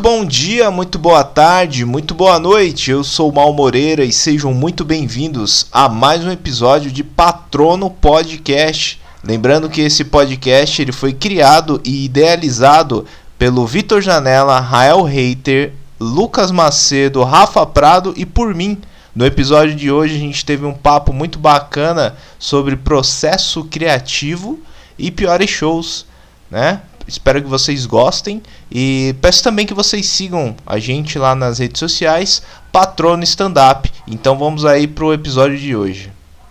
bom dia, muito boa tarde, muito boa noite. Eu sou o Mal Moreira e sejam muito bem-vindos a mais um episódio de Patrono Podcast. Lembrando que esse podcast ele foi criado e idealizado pelo Vitor Janella, Rael Reiter, Lucas Macedo, Rafa Prado e por mim. No episódio de hoje a gente teve um papo muito bacana sobre processo criativo e piores shows, né? Espero que vocês gostem e peço também que vocês sigam a gente lá nas redes sociais, Patrono Stand Up. Então vamos aí pro episódio de hoje.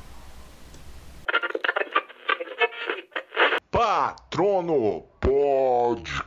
Patrono Podcast.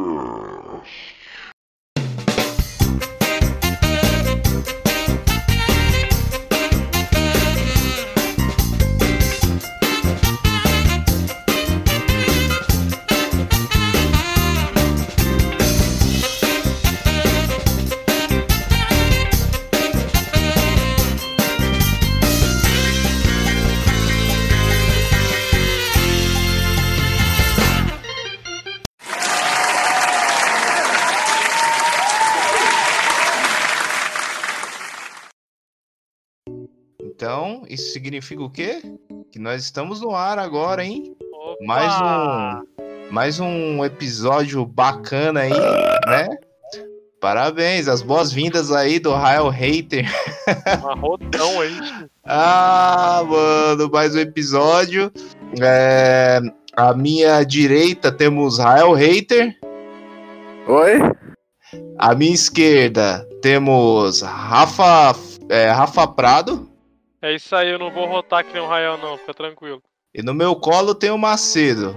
Então, isso significa o quê? Que nós estamos no ar agora, hein? Opa! Mais um episódio bacana aí, né? Parabéns, as boas-vindas aí do Rael Reiter. Arrotão aí. Ah, mano, mais um episódio. À minha direita temos Rael Reiter. Oi? À minha esquerda temos Rafa Prado. É isso aí, eu não vou rotar que nem um Rael não, fica tranquilo. E no meu colo tem o Macedo.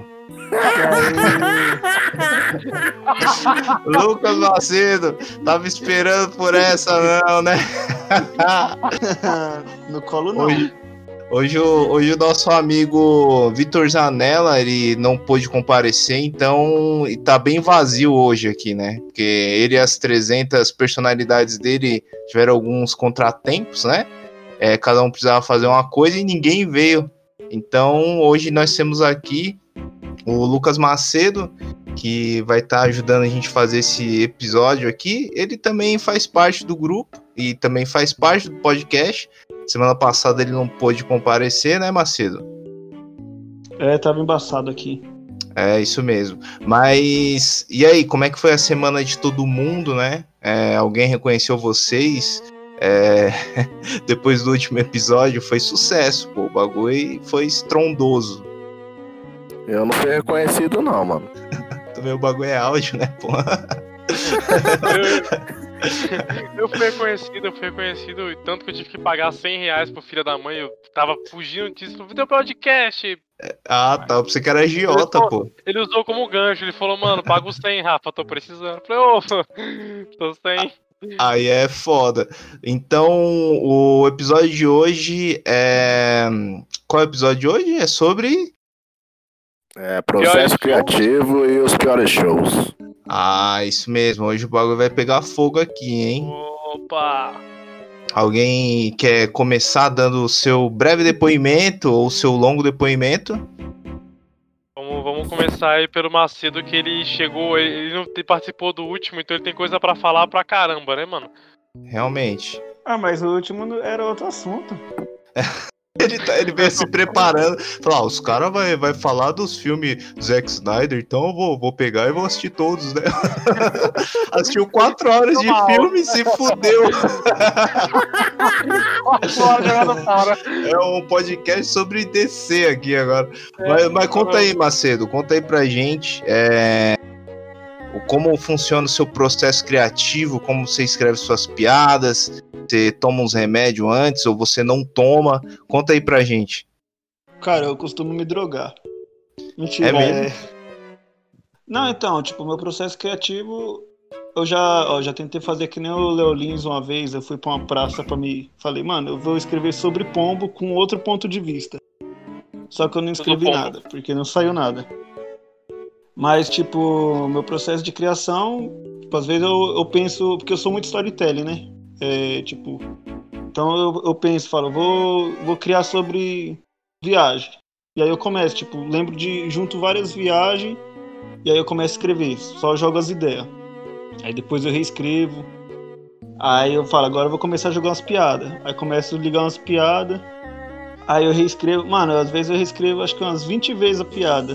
Lucas Macedo, tava esperando por essa não, né? No colo não. Hoje o nosso amigo Vitor Janella, ele não pôde comparecer, então tá bem vazio hoje aqui, né? Porque ele e as 300 personalidades dele tiveram alguns contratempos, né? Cada um precisava fazer uma coisa e ninguém veio. Então hoje nós temos aqui o Lucas Macedo, que vai estar ajudando a gente a fazer esse episódio aqui. Ele também faz parte do grupo e também faz parte do podcast. Semana passada ele não pôde comparecer, né, Macedo? Tava embaçado aqui. É, isso mesmo. Mas, e aí, como é que foi a semana de todo mundo, né? Alguém reconheceu vocês? Depois do último episódio, foi sucesso, pô. O bagulho foi estrondoso. Eu não fui reconhecido não, mano. Também o bagulho é áudio, né, pô? Eu fui reconhecido, tanto que eu tive que pagar R$100 pro filho da mãe, eu tava fugindo disso, pro teu podcast. Ah, tá, pra você que era agiota, pô. Ele usou como gancho, ele falou, mano, paga os 100, Rafa, tô precisando. Eu falei, ô, tô sem. Aí é foda. Então, o episódio de hoje é... Qual é o episódio de hoje? É sobre... Processo criativo e os piores shows. Ah, isso mesmo. Hoje o bagulho vai pegar fogo aqui, hein? Opa! Alguém quer começar dando o seu breve depoimento ou o seu longo depoimento? Vamos começar aí pelo Macedo, que ele chegou, ele não participou do último, então ele tem coisa pra falar pra caramba, né, mano? Realmente. Ah, mas o último era outro assunto. Ele veio se preparando. Falou, os caras vai falar dos filmes do Zack Snyder, então eu vou pegar e vou assistir todos, né? Assistiu 4 horas de filme e se fudeu. É um podcast sobre DC aqui agora. Mas conta aí, Macedo, conta aí pra gente como funciona o seu processo criativo, como você escreve suas piadas. Você toma uns remédios antes ou você não toma? Conta aí pra gente. Cara, eu costumo me drogar. Mentira. É mesmo? Não, então, tipo, meu processo criativo, eu já tentei fazer que nem o Léo Lins uma vez. Eu fui pra uma praça falei, mano, eu vou escrever sobre pombo com outro ponto de vista. Só que eu não escrevi nada, porque não saiu nada. Mas, tipo, meu processo de criação, tipo, às vezes eu penso, porque eu sou muito storytelling, né? Então eu penso, falo, vou criar sobre viagem. E aí eu começo, junto várias viagens, e aí eu começo a escrever, só jogo as ideias. Aí depois eu reescrevo. Aí eu falo, agora eu vou começar a jogar umas piadas. Aí começo a ligar umas piadas. Aí eu reescrevo. Mano, às vezes eu reescrevo acho que umas 20 vezes a piada.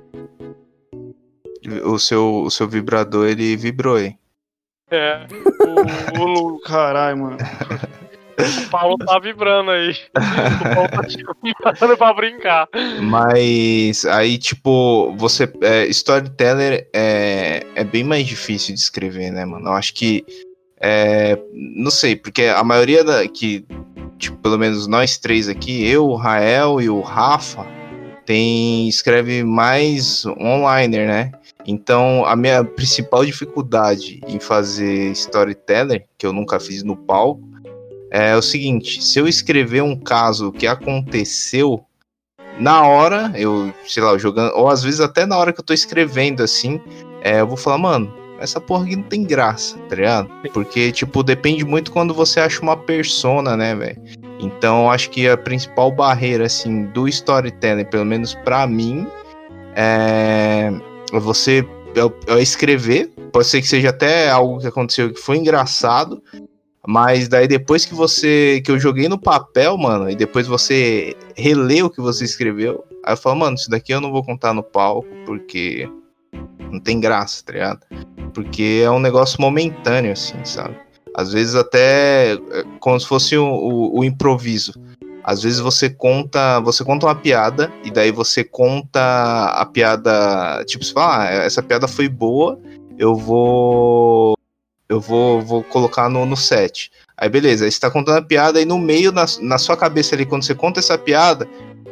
O seu vibrador, ele vibrou, hein? É. O Caralho, mano. Paulo tá vibrando aí. O Paulo tá te chamando pra brincar. Mas aí, tipo, storyteller é bem mais difícil de escrever, né, mano? Eu acho que não sei, porque a maioria tipo, pelo menos nós três aqui, eu, o Rael e o Rafa, escreve mais onliner, né? Então, a minha principal dificuldade em fazer storyteller, que eu nunca fiz no palco, é o seguinte: se eu escrever um caso que aconteceu na hora, sei lá, jogando, ou às vezes até na hora que eu tô escrevendo, assim, eu vou falar, mano, essa porra aqui não tem graça, tá ligado? Porque, tipo, depende muito quando você acha uma persona, né, velho? Então, acho que a principal barreira, assim, do storytelling, pelo menos pra mim, é escrever. Pode ser que seja até algo que aconteceu que foi engraçado, mas daí depois que eu joguei no papel, mano, e depois você relê o que você escreveu, aí eu falo, mano, isso daqui eu não vou contar no palco, porque não tem graça, tá ligado? Porque é um negócio momentâneo, assim, sabe? Às vezes até como se fosse o improviso. Às vezes você conta uma piada, e daí você conta a piada, tipo, você fala, essa piada foi boa, eu vou colocar no set. Aí beleza, aí você tá contando a piada, e no meio, na sua cabeça ali, quando você conta essa piada,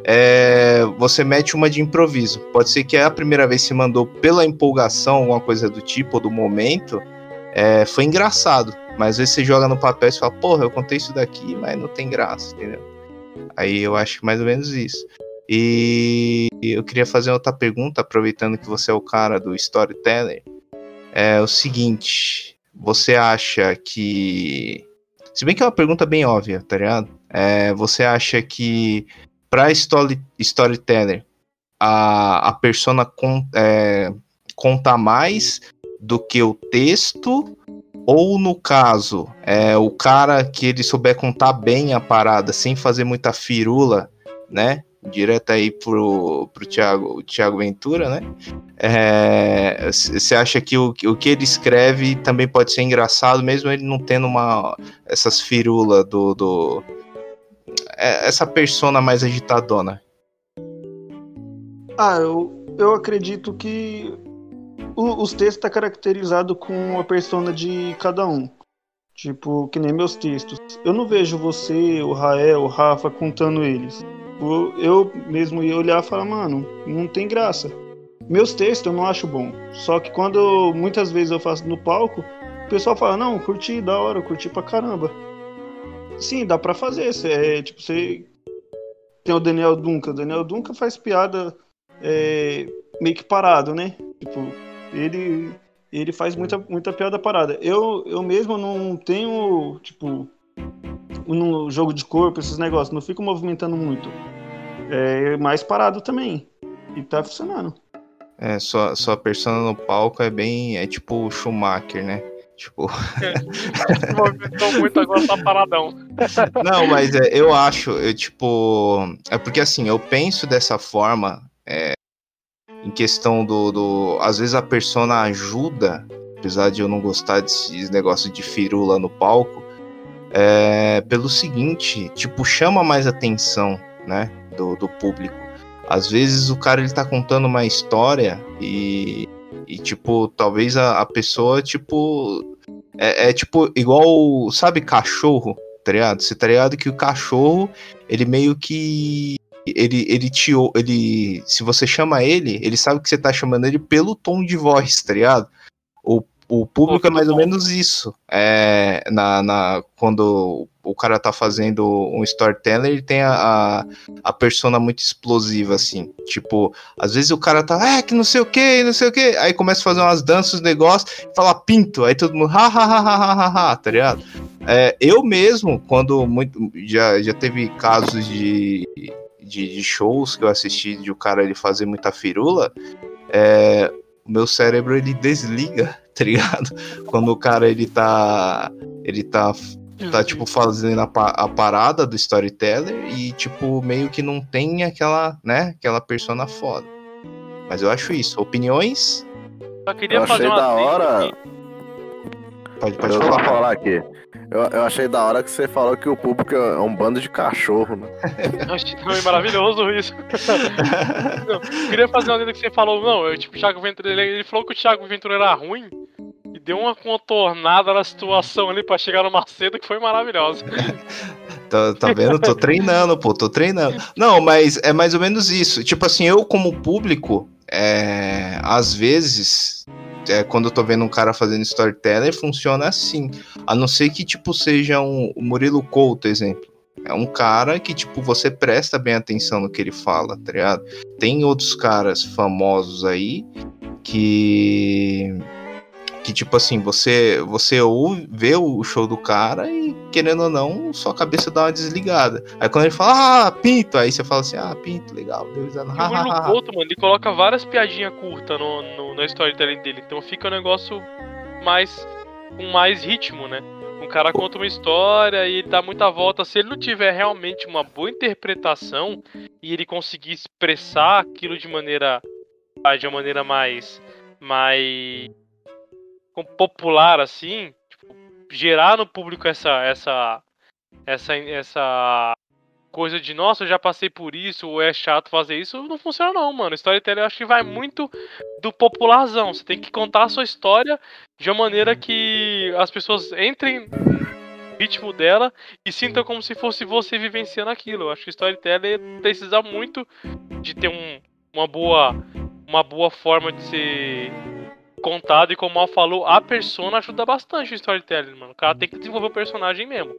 você mete uma de improviso. Pode ser que a primeira vez que você mandou pela empolgação, alguma coisa do tipo, ou do momento, foi engraçado. Mas às vezes você joga no papel e você fala, porra, eu contei isso daqui, mas não tem graça, entendeu? Aí eu acho mais ou menos isso. E eu queria fazer outra pergunta, aproveitando que você é o cara do storytelling. É o seguinte, você acha que... Se bem que é uma pergunta bem óbvia, tá ligado? Você acha que pra storyteller a persona conta mais do que o texto? Ou no caso, o cara que ele souber contar bem a parada, sem fazer muita firula, né? Direto aí pro Thiago Ventura, né? Você acha que o que ele escreve também pode ser engraçado, mesmo ele não tendo essas firulas essa persona mais agitadona? Eu acredito que os textos tá caracterizado com a persona de cada um. Tipo, que nem meus textos. Eu não vejo você, o Rael, o Rafa contando eles. Eu mesmo ia olhar e falar, mano, não tem graça. Meus textos eu não acho bom. Só que muitas vezes eu faço no palco, o pessoal fala, não, curti, da hora, curti pra caramba. Sim, dá pra fazer. Tipo, você tem o Daniel Duncan. O Daniel Duncan faz piada meio que parado, né? Tipo, ele faz muita piada parada. Eu mesmo não tenho, tipo, no jogo de corpo, esses negócios, não fico movimentando muito. É mais parado também. E tá funcionando. Sua persona no palco é tipo o Schumacher, né? Tipo... Se movimentou muito, agora tá paradão. Não, mas eu acho, tipo... É porque assim, eu penso dessa forma, em questão às vezes a persona ajuda, apesar de eu não gostar desses negócios de firula no palco, pelo seguinte, tipo, chama mais atenção, né, do público. Às vezes o cara, ele tá contando uma história e tipo, talvez a pessoa, tipo, tipo, igual, sabe, cachorro, tá ligado? Você tá ligado que o cachorro, ele meio que... se você chama ele sabe que você tá chamando ele pelo tom de voz, tá ligado? O público é mais ou menos isso. Quando o cara tá fazendo um storyteller, ele tem a persona muito explosiva, assim. Tipo, às vezes o cara tá, que não sei o que, não sei o que. Aí começa a fazer umas danças, negócios, fala pinto. Aí todo mundo, ha, ha, ha, ha, ha, ha, tá ligado? Eu mesmo, quando já teve casos de shows que eu assisti de o cara ele fazer muita firula, o meu cérebro ele desliga, tá ligado? Quando o cara, ele tá tipo, fazendo a parada do storyteller e, tipo, meio que não tem aquela, né, aquela persona foda. Mas eu acho isso. Opiniões? Só queria Eu fazer achei uma da hora. Pode Eu vou falar. falar aqui. Eu achei da hora que você falou que o público é um bando de cachorro, né? Foi maravilhoso isso. Não, eu queria fazer uma lenda que você falou, não, tipo, o Thiago Ventura, ele falou que o Thiago Ventura era ruim e deu uma contornada na situação ali pra chegar no Macedo que foi maravilhosa. Tá vendo? Tô treinando, pô, tô treinando. Não, mas é mais ou menos isso. Tipo assim, eu como público, às vezes, quando eu tô vendo um cara fazendo storyteller, funciona assim. A não ser que, tipo, seja o Murilo Couto, exemplo. É um cara que, tipo, você presta bem atenção no que ele fala, tá ligado? Tem outros caras famosos aí que tipo assim, você ouve, vê o show do cara e, querendo ou não, sua cabeça dá uma desligada. Aí quando ele fala, pinto, aí você fala assim, pinto, legal, deu risada. O Murilo Couto, mano, ele coloca várias piadinhas curtas no storytelling dele, então fica um negócio com mais ritmo, né? Um cara conta uma história e ele dá muita volta. Se ele não tiver realmente uma boa interpretação e ele conseguir expressar aquilo de uma maneira mais popular, assim, tipo, gerar no público essa coisa de, nossa, eu já passei por isso, ou é chato fazer isso, não funciona não, mano. Storytelling eu acho que vai muito do popularzão. Você tem que contar a sua história de uma maneira que as pessoas entrem no ritmo dela e sintam como se fosse você vivenciando aquilo. Eu acho que storytelling precisa muito de ter uma boa forma de ser contado, e como o Mal falou, a persona ajuda bastante o storytelling, mano. O cara tem que desenvolver o personagem mesmo.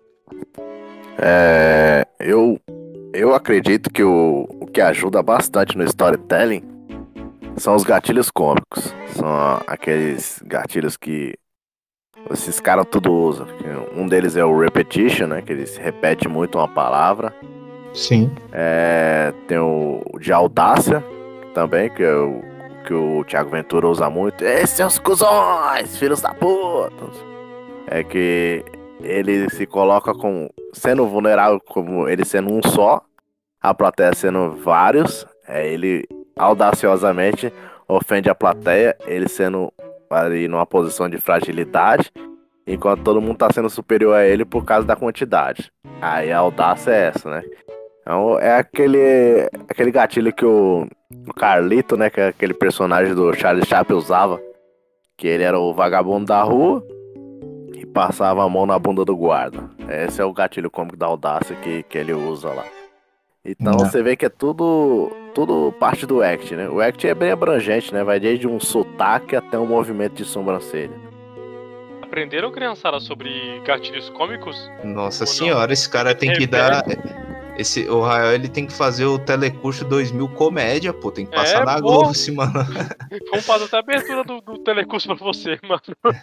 Eu acredito que o que ajuda bastante no storytelling são os gatilhos cômicos. São aqueles gatilhos que esses caras tudo usam. Um deles é o repetition, né? Que eles repetem muito uma palavra. Sim. Tem o de audácia também, que o Thiago Ventura usa muito. Esses seus cuzões, filhos da puta. É que ele se coloca como sendo vulnerável, como ele sendo um só, a plateia sendo vários. Ele audaciosamente ofende a plateia, ele sendo ali numa posição de fragilidade, enquanto todo mundo tá sendo superior a ele por causa da quantidade. Aí a audácia é essa, né? Então é aquele gatilho que o Carlito, né, que é aquele personagem do Charlie Chaplin usava, que ele era o vagabundo da rua e passava a mão na bunda do guarda. Esse é o gatilho cômico da audácia que ele usa lá. Então você vê que é tudo parte do act, né? O act é bem abrangente, né? Vai desde um sotaque até um movimento de sobrancelha. Aprenderam, criançada, sobre gatilhos cômicos? Nossa senhora, esse cara tem que dar... O Rael, ele tem que fazer o Telecurso 2000 Comédia, pô. Tem que passar na Globo, esse mano. Vamos fazer até a abertura do Telecurso pra você, mano.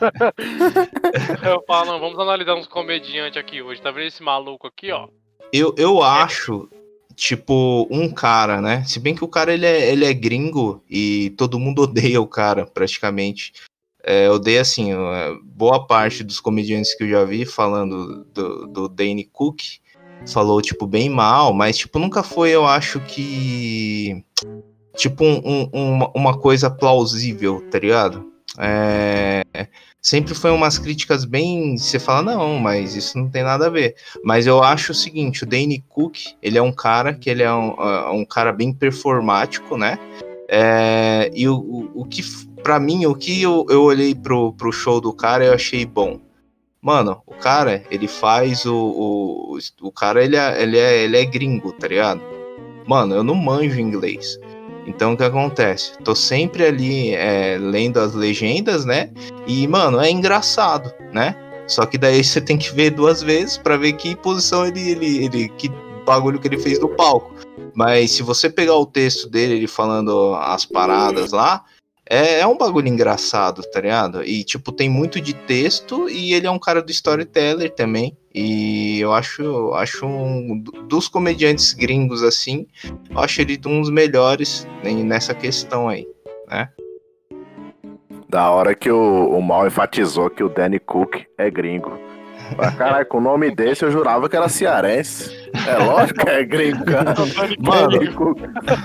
Eu falo, não, vamos analisar uns comediantes aqui hoje. Tá vendo esse maluco aqui, ó? Eu acho, tipo, um cara, né? Se bem que o cara, ele é gringo e todo mundo odeia o cara, praticamente. Odeia, assim, boa parte dos comediantes que eu já vi falando do Dane Cook, falou, tipo, bem mal, mas, tipo, nunca foi, eu acho que, tipo, uma coisa plausível, tá ligado? Sempre foi umas críticas bem... Você fala, não, mas isso não tem nada a ver. Mas eu acho o seguinte, o Dane Cook, ele é um cara que ele é um cara bem performático, né? E o que, pra mim, o que eu olhei pro show do cara, eu achei bom. Mano, o cara, ele faz o cara, ele é gringo, tá ligado? Mano, eu não manjo inglês. Então, o que acontece? Tô sempre ali lendo as legendas, né? E, mano, é engraçado, né? Só que daí você tem que ver 2 vezes pra ver que posição ele que bagulho que ele fez no palco. Mas se você pegar o texto dele, ele falando as paradas lá, é um bagulho engraçado, tá ligado? E, tipo, tem muito de texto e ele é um cara do storyteller também. E eu acho dos comediantes gringos, assim, eu acho ele um dos melhores nessa questão aí, né? Da hora que o Mal enfatizou que o Danny Cook é gringo. Mas, caralho, com o nome desse eu jurava que era cearense. É lógico que é gringo, cara. Mano, Danny Cook.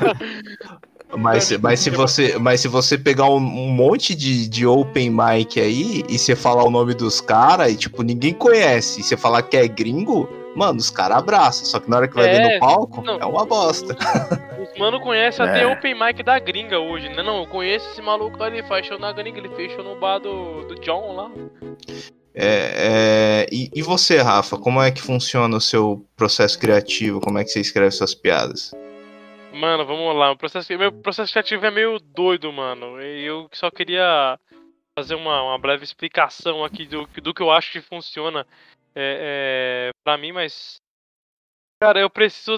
mas se você pegar um monte de open mic aí e você falar o nome dos caras e tipo, ninguém conhece, e você falar que é gringo, mano, os caras abraçam. Só que na hora que vai ver no palco, não. é uma bosta. Os mano conhecem até open mic da gringa hoje, né? Não, eu conheço esse maluco ali, faz show na gringa, ele fez show no bar do John lá. E você, Rafa, como é que funciona o seu processo criativo? Como é que você escreve suas piadas? Mano, vamos lá. Meu processo criativo é meio doido, mano. E eu só queria fazer uma breve explicação aqui do que eu acho que funciona pra mim, mas. Cara, eu preciso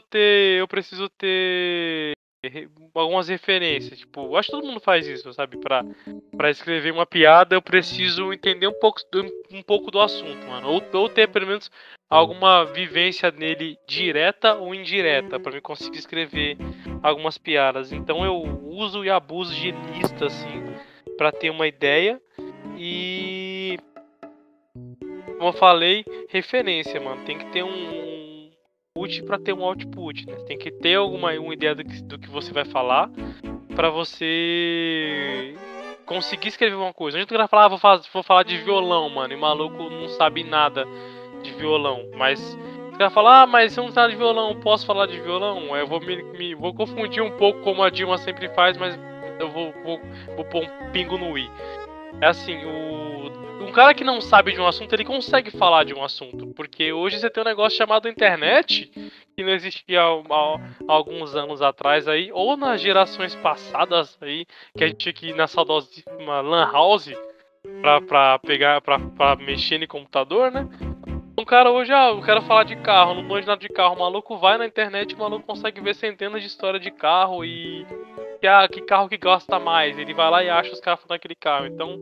ter algumas referências. Tipo, eu acho que todo mundo faz isso, sabe? Pra escrever uma piada, eu preciso entender um pouco do assunto, mano. Ou ter pelo menos alguma vivência nele direta ou indireta, pra me conseguir escrever algumas piadas. Então eu uso e abuso de lista, assim, pra ter uma ideia. E, como eu falei, referência, mano. Tem que ter um input pra ter um output, né? Tem que ter uma ideia do que você vai falar pra você conseguir escrever uma coisa. A gente vai falar, vou falar de violão, mano, e maluco não sabe nada de violão, mas os caras falam, mas se eu não sabe de violão, posso falar de violão? Eu vou confundir um pouco como a Dilma sempre faz, mas eu vou pôr um pingo no i. É assim, um cara que não sabe de um assunto, ele consegue falar de um assunto. Porque hoje você tem um negócio chamado internet, que não existia há alguns anos atrás aí, ou nas gerações passadas aí, que a gente tinha que ir na saudosíssima Lan House pra mexer no computador, né? Um cara hoje, eu quero falar de carro, não manjo nada de carro. O maluco vai na internet, o maluco consegue ver centenas de histórias de carro e que carro que gosta mais. Ele vai lá e acha os caras falando daquele carro. Então,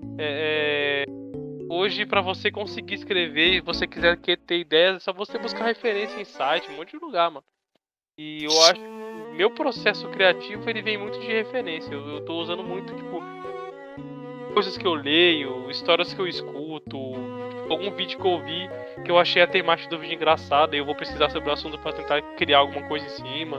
hoje, pra você conseguir escrever, se você quiser ter ideias, é só você buscar referência em site, um monte de lugar, mano. E eu acho que meu processo criativo, ele vem muito de referência. Eu tô usando muito, tipo, coisas que eu leio, histórias que eu escuto, algum vídeo que eu vi que eu achei a temática do vídeo engraçada e eu vou pesquisar sobre o assunto pra tentar criar alguma coisa em cima.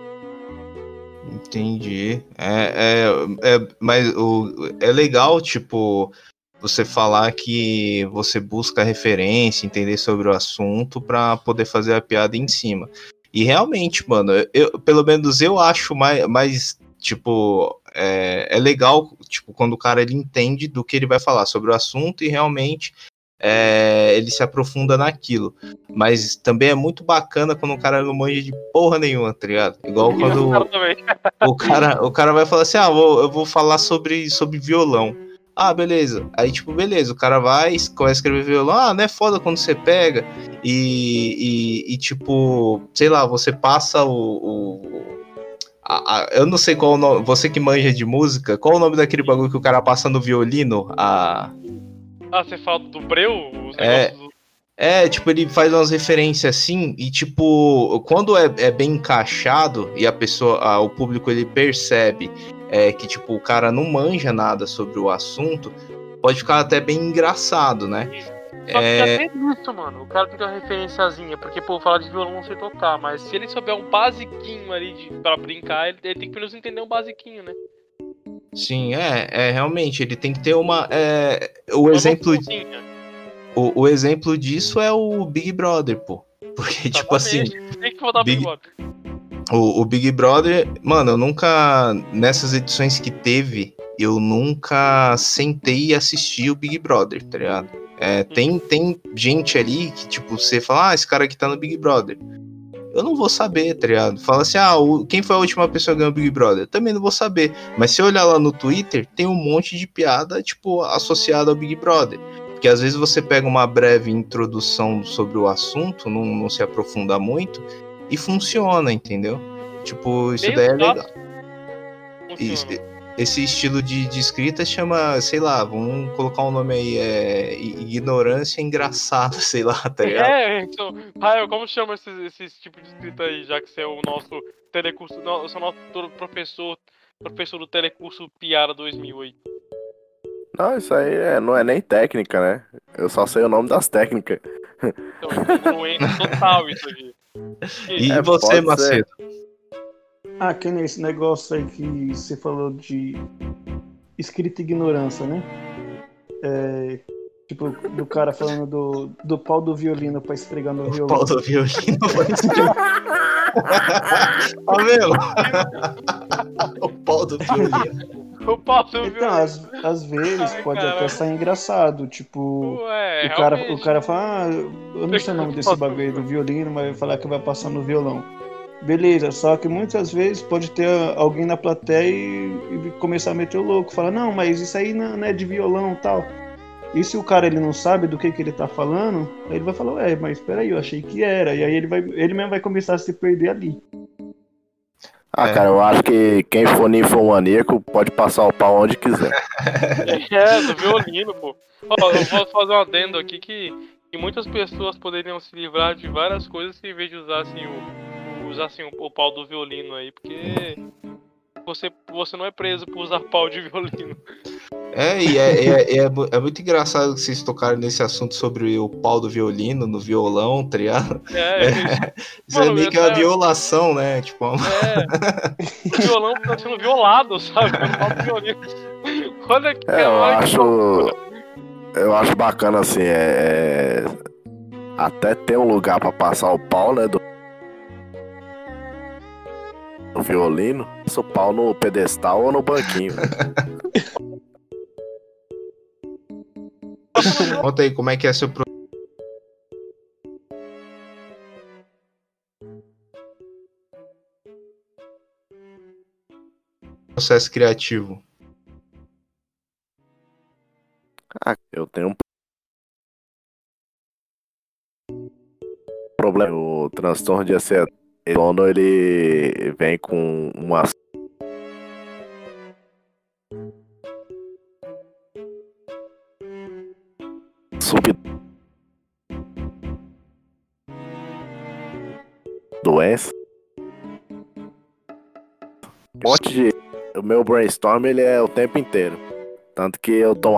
Entendi. Mas é legal, tipo, você falar que você busca referência, entender sobre o assunto pra poder fazer a piada em cima. E realmente, mano, pelo menos eu acho mais tipo, é legal, tipo, quando o cara ele entende do que ele vai falar sobre o assunto e realmente ele se aprofunda naquilo. Mas também é muito bacana quando o cara não manja de porra nenhuma, tá ligado? Igual quando o cara vai falar assim, eu vou falar sobre violão. Ah, beleza. Aí, tipo, beleza, o cara vai escrever violão. Não é foda quando você pega e tipo, sei lá, você passa eu não sei qual o nome, você que manja de música, qual o nome daquele bagulho que o cara passa no violino? Você fala do breu? Os negócios tipo, ele faz umas referências assim, e tipo, quando é bem encaixado e a pessoa, o público ele percebe que tipo, o cara não manja nada sobre o assunto, pode ficar até bem engraçado, né? Só que até isso, mano, o cara tem que ter uma referenciazinha, porque, pô, falar de violão não sei tocar, mas se ele souber um basiquinho ali pra brincar, ele tem que pelo menos entender um basiquinho, né? Sim, realmente, ele tem que ter o exemplo... O exemplo disso é o Big Brother, pô. Porque, tipo assim... Tem que voltar Big Brother. O Big Brother... Mano, eu nunca... Nessas edições que teve, eu nunca sentei e assisti o Big Brother, tá ligado? Tem gente ali que, tipo, você fala... esse cara aqui tá no Big Brother. Eu não vou saber, tá ligado? Fala assim, quem foi a última pessoa que ganhou o Big Brother? Também não vou saber. Mas se eu olhar lá no Twitter, tem um monte de piada, tipo, associada ao Big Brother. Porque às vezes você pega uma breve introdução sobre o assunto, não se aprofunda muito, e funciona, entendeu? Tipo, isso daí é legal. Esse estilo de escrita chama, sei lá, vamos colocar um nome aí, ignorância engraçada, sei lá, tá ligado? Então, Rael, como chama esse tipo de escrita aí, já que você é o nosso telecurso, eu sou o nosso professor do telecurso Piara 2008. Não, isso aí não é nem técnica, né? Eu só sei o nome das técnicas. Então, incongruente total isso aqui. E você, pode Macedo? Ah, que nem esse negócio aí que você falou de escrita e ignorância, né? Tipo, do cara falando do pau do violino pra esfregar no O violão. pau do violino. Ó, meu. O pau do violino. O pau do Então, violino. às vezes Ai, pode caralho. até sair engraçado, tipo, Ué, o realmente. cara fala, eu não sei o nome desse bagulho aí do violino, mas vai falar que vai passar no violão. Beleza, só que muitas vezes pode ter alguém na plateia e começar a meter o louco, falar, não, mas isso aí não é de violão e tal. E se o cara ele não sabe do que ele tá falando, aí ele vai falar, ué, mas peraí, eu achei que era. E aí ele mesmo vai começar a se perder ali. Cara, eu acho que quem for ninfomaníaco pode passar o pau onde quiser. Do violino, pô. Ó, eu vou fazer um adendo aqui que muitas pessoas poderiam se livrar de várias coisas se em vez de usassem o pau do violino aí, porque você não é preso por usar pau de violino. É muito engraçado que vocês tocaram nesse assunto sobre o pau do violino no violão, tá ligado? Isso Mano, é meio que uma violação, né? Tipo, o violão tá sendo violado, sabe? Pelo pau do violino. Olha que eu acho bacana assim, até ter um lugar pra passar o pau, né, do violino, passa o pau no pedestal ou no banquinho. Conta aí como é que é seu processo criativo. Eu tenho um problema, o transtorno de ansiedade. Quando ele vem com uma doença. O meu brainstorm ele é o tempo inteiro. Tanto que eu tomo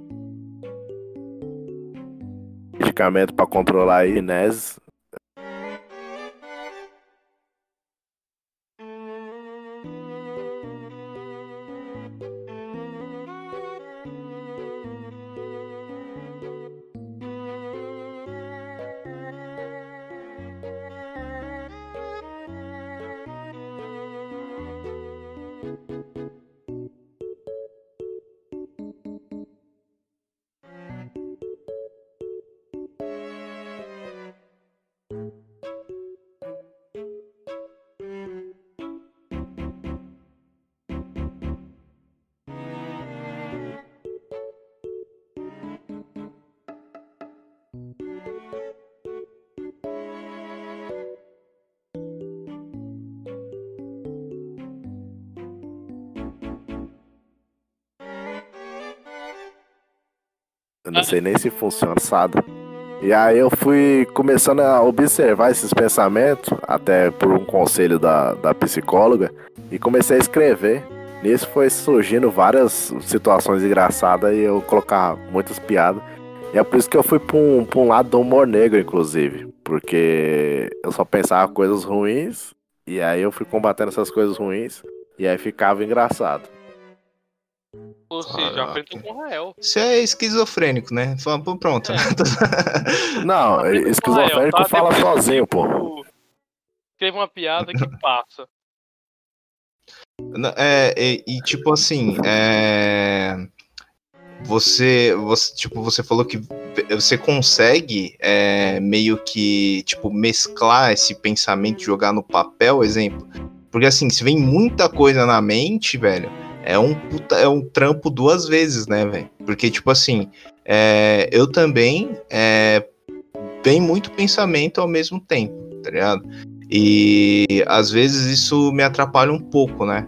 medicamento para controlar a inese. Eu não sei nem se funciona, sabe? E aí eu fui começando a observar esses pensamentos, até por um conselho da psicóloga, e comecei a escrever. Nisso foi surgindo várias situações engraçadas e eu colocava muitas piadas. E é por isso que eu fui pra um lado do humor negro, inclusive. Porque eu só pensava coisas ruins, e aí eu fui combatendo essas coisas ruins, e aí ficava engraçado. Ou seja, aprendeu com o Rael. Você é esquizofrênico, né? Pronto. Não, esquizofrênico Rael, tá? fala Depois sozinho, pô. Teve uma piada que passa. E tipo assim, você falou que você consegue meio que tipo mesclar esse pensamento e jogar no papel, exemplo. Porque assim, se vem muita coisa na mente, velho, é um trampo duas vezes, né, velho? Porque tipo assim, eu também vem muito pensamento ao mesmo tempo, tá ligado? E às vezes isso me atrapalha um pouco, né?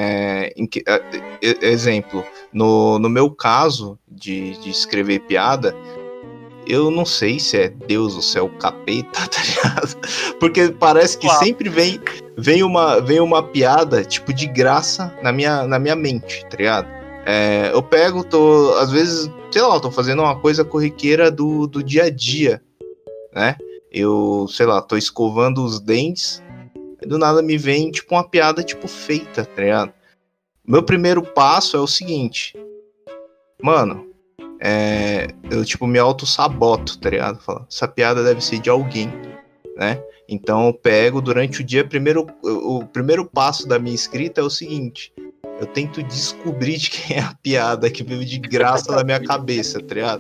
Exemplo, no meu caso de escrever piada, eu não sei se é Deus ou se é o capeta, tá ligado? Porque parece que sempre vem uma piada, tipo, de graça na minha mente, tá ligado? Eu pego, às vezes, sei lá, eu tô fazendo uma coisa corriqueira do dia a dia, né? Eu, sei lá, tô escovando os dentes, e do nada me vem, tipo, uma piada, tipo, feita, tá ligado? Meu primeiro passo é o seguinte, mano, eu, tipo, me auto-saboto, tá ligado? Falo, essa piada deve ser de alguém, né? Então eu pego durante o dia, o primeiro passo da minha escrita é o seguinte, eu tento descobrir de quem é a piada que veio de graça na minha cabeça, tá ligado?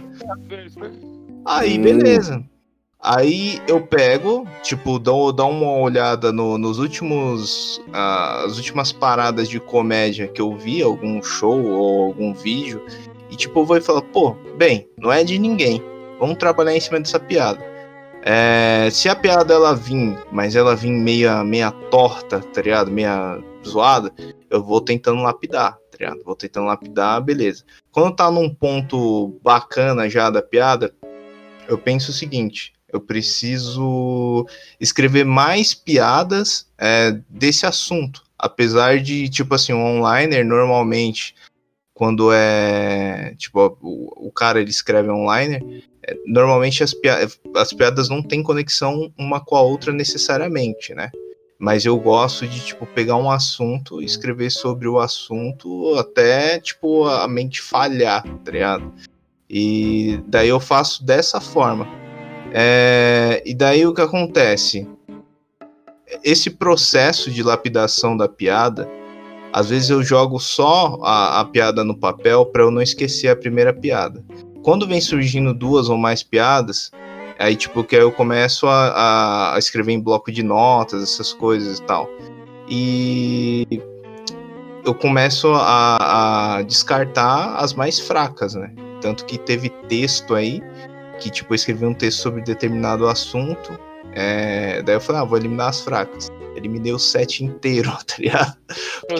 Aí, beleza. Aí eu pego, tipo, dou uma olhada nos últimos, as últimas paradas de comédia que eu vi, algum show ou algum vídeo, e tipo, eu vou e falo, pô, bem, não é de ninguém, vamos trabalhar em cima dessa piada. Se a piada ela vir, mas ela vir meia torta, tá ligado? Meia zoada, eu vou tentando lapidar, tá ligado? Vou tentando lapidar, beleza. Quando tá num ponto bacana já da piada, eu penso o seguinte, eu preciso escrever mais piadas desse assunto. Apesar de, tipo assim, um onliner, normalmente, quando tipo, o cara ele escreve online, normalmente as piadas não têm conexão uma com a outra necessariamente, né? Mas eu gosto de, tipo, pegar um assunto e escrever sobre o assunto até, tipo, a mente falhar, tá ligado? E daí eu faço dessa forma. E daí o que acontece? Esse processo de lapidação da piada, às vezes eu jogo só a piada no papel para eu não esquecer a primeira piada. Quando vem surgindo duas ou mais piadas, aí tipo que eu começo a escrever em bloco de notas, essas coisas e tal. E eu começo a descartar as mais fracas, né? Tanto que teve texto aí, que tipo eu escrevi um texto sobre determinado assunto, daí eu falei, vou eliminar as fracas. Eliminei o set inteiro, tá ligado? Porque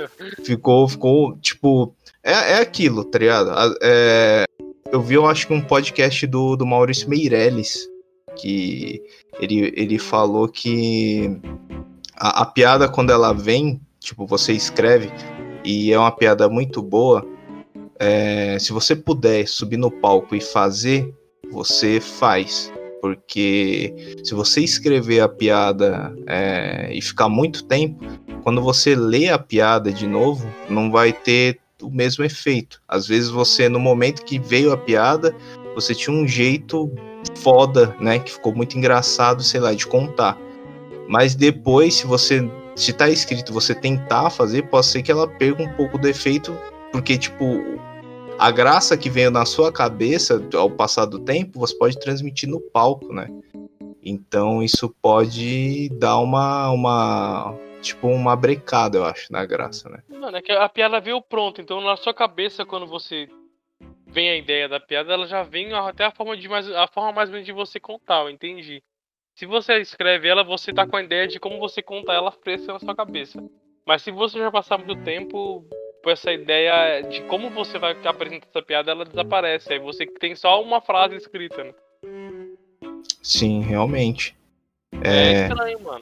ficou tipo, é aquilo, tá ligado? Eu vi, eu acho que um podcast do Maurício Meirelles, que ele falou que a piada, quando ela vem, tipo, você escreve, e é uma piada muito boa, se você puder subir no palco e fazer, você faz. Porque se você escrever a piada e ficar muito tempo, quando você lê a piada de novo, não vai ter o mesmo efeito. Às vezes você, no momento que veio a piada, você tinha um jeito foda, né, que ficou muito engraçado, sei lá, de contar. Mas depois, se tá escrito, você tentar fazer, pode ser que ela perca um pouco do efeito, porque, tipo, a graça que veio na sua cabeça ao passar do tempo, você pode transmitir no palco, né? Então isso pode dar tipo uma brecada, eu acho, na graça, né? Mano, é que a piada veio pronta, então na sua cabeça, quando você vem a ideia da piada, ela já vem até a forma mais ou menos de você contar, eu entendi. Se você escreve ela, você tá com a ideia de como você conta ela fresca na sua cabeça. Mas se você já passar muito tempo, essa ideia de como você vai apresentar essa piada, ela desaparece. Aí você tem só uma frase escrita, né? Sim, realmente. É estranho, mano.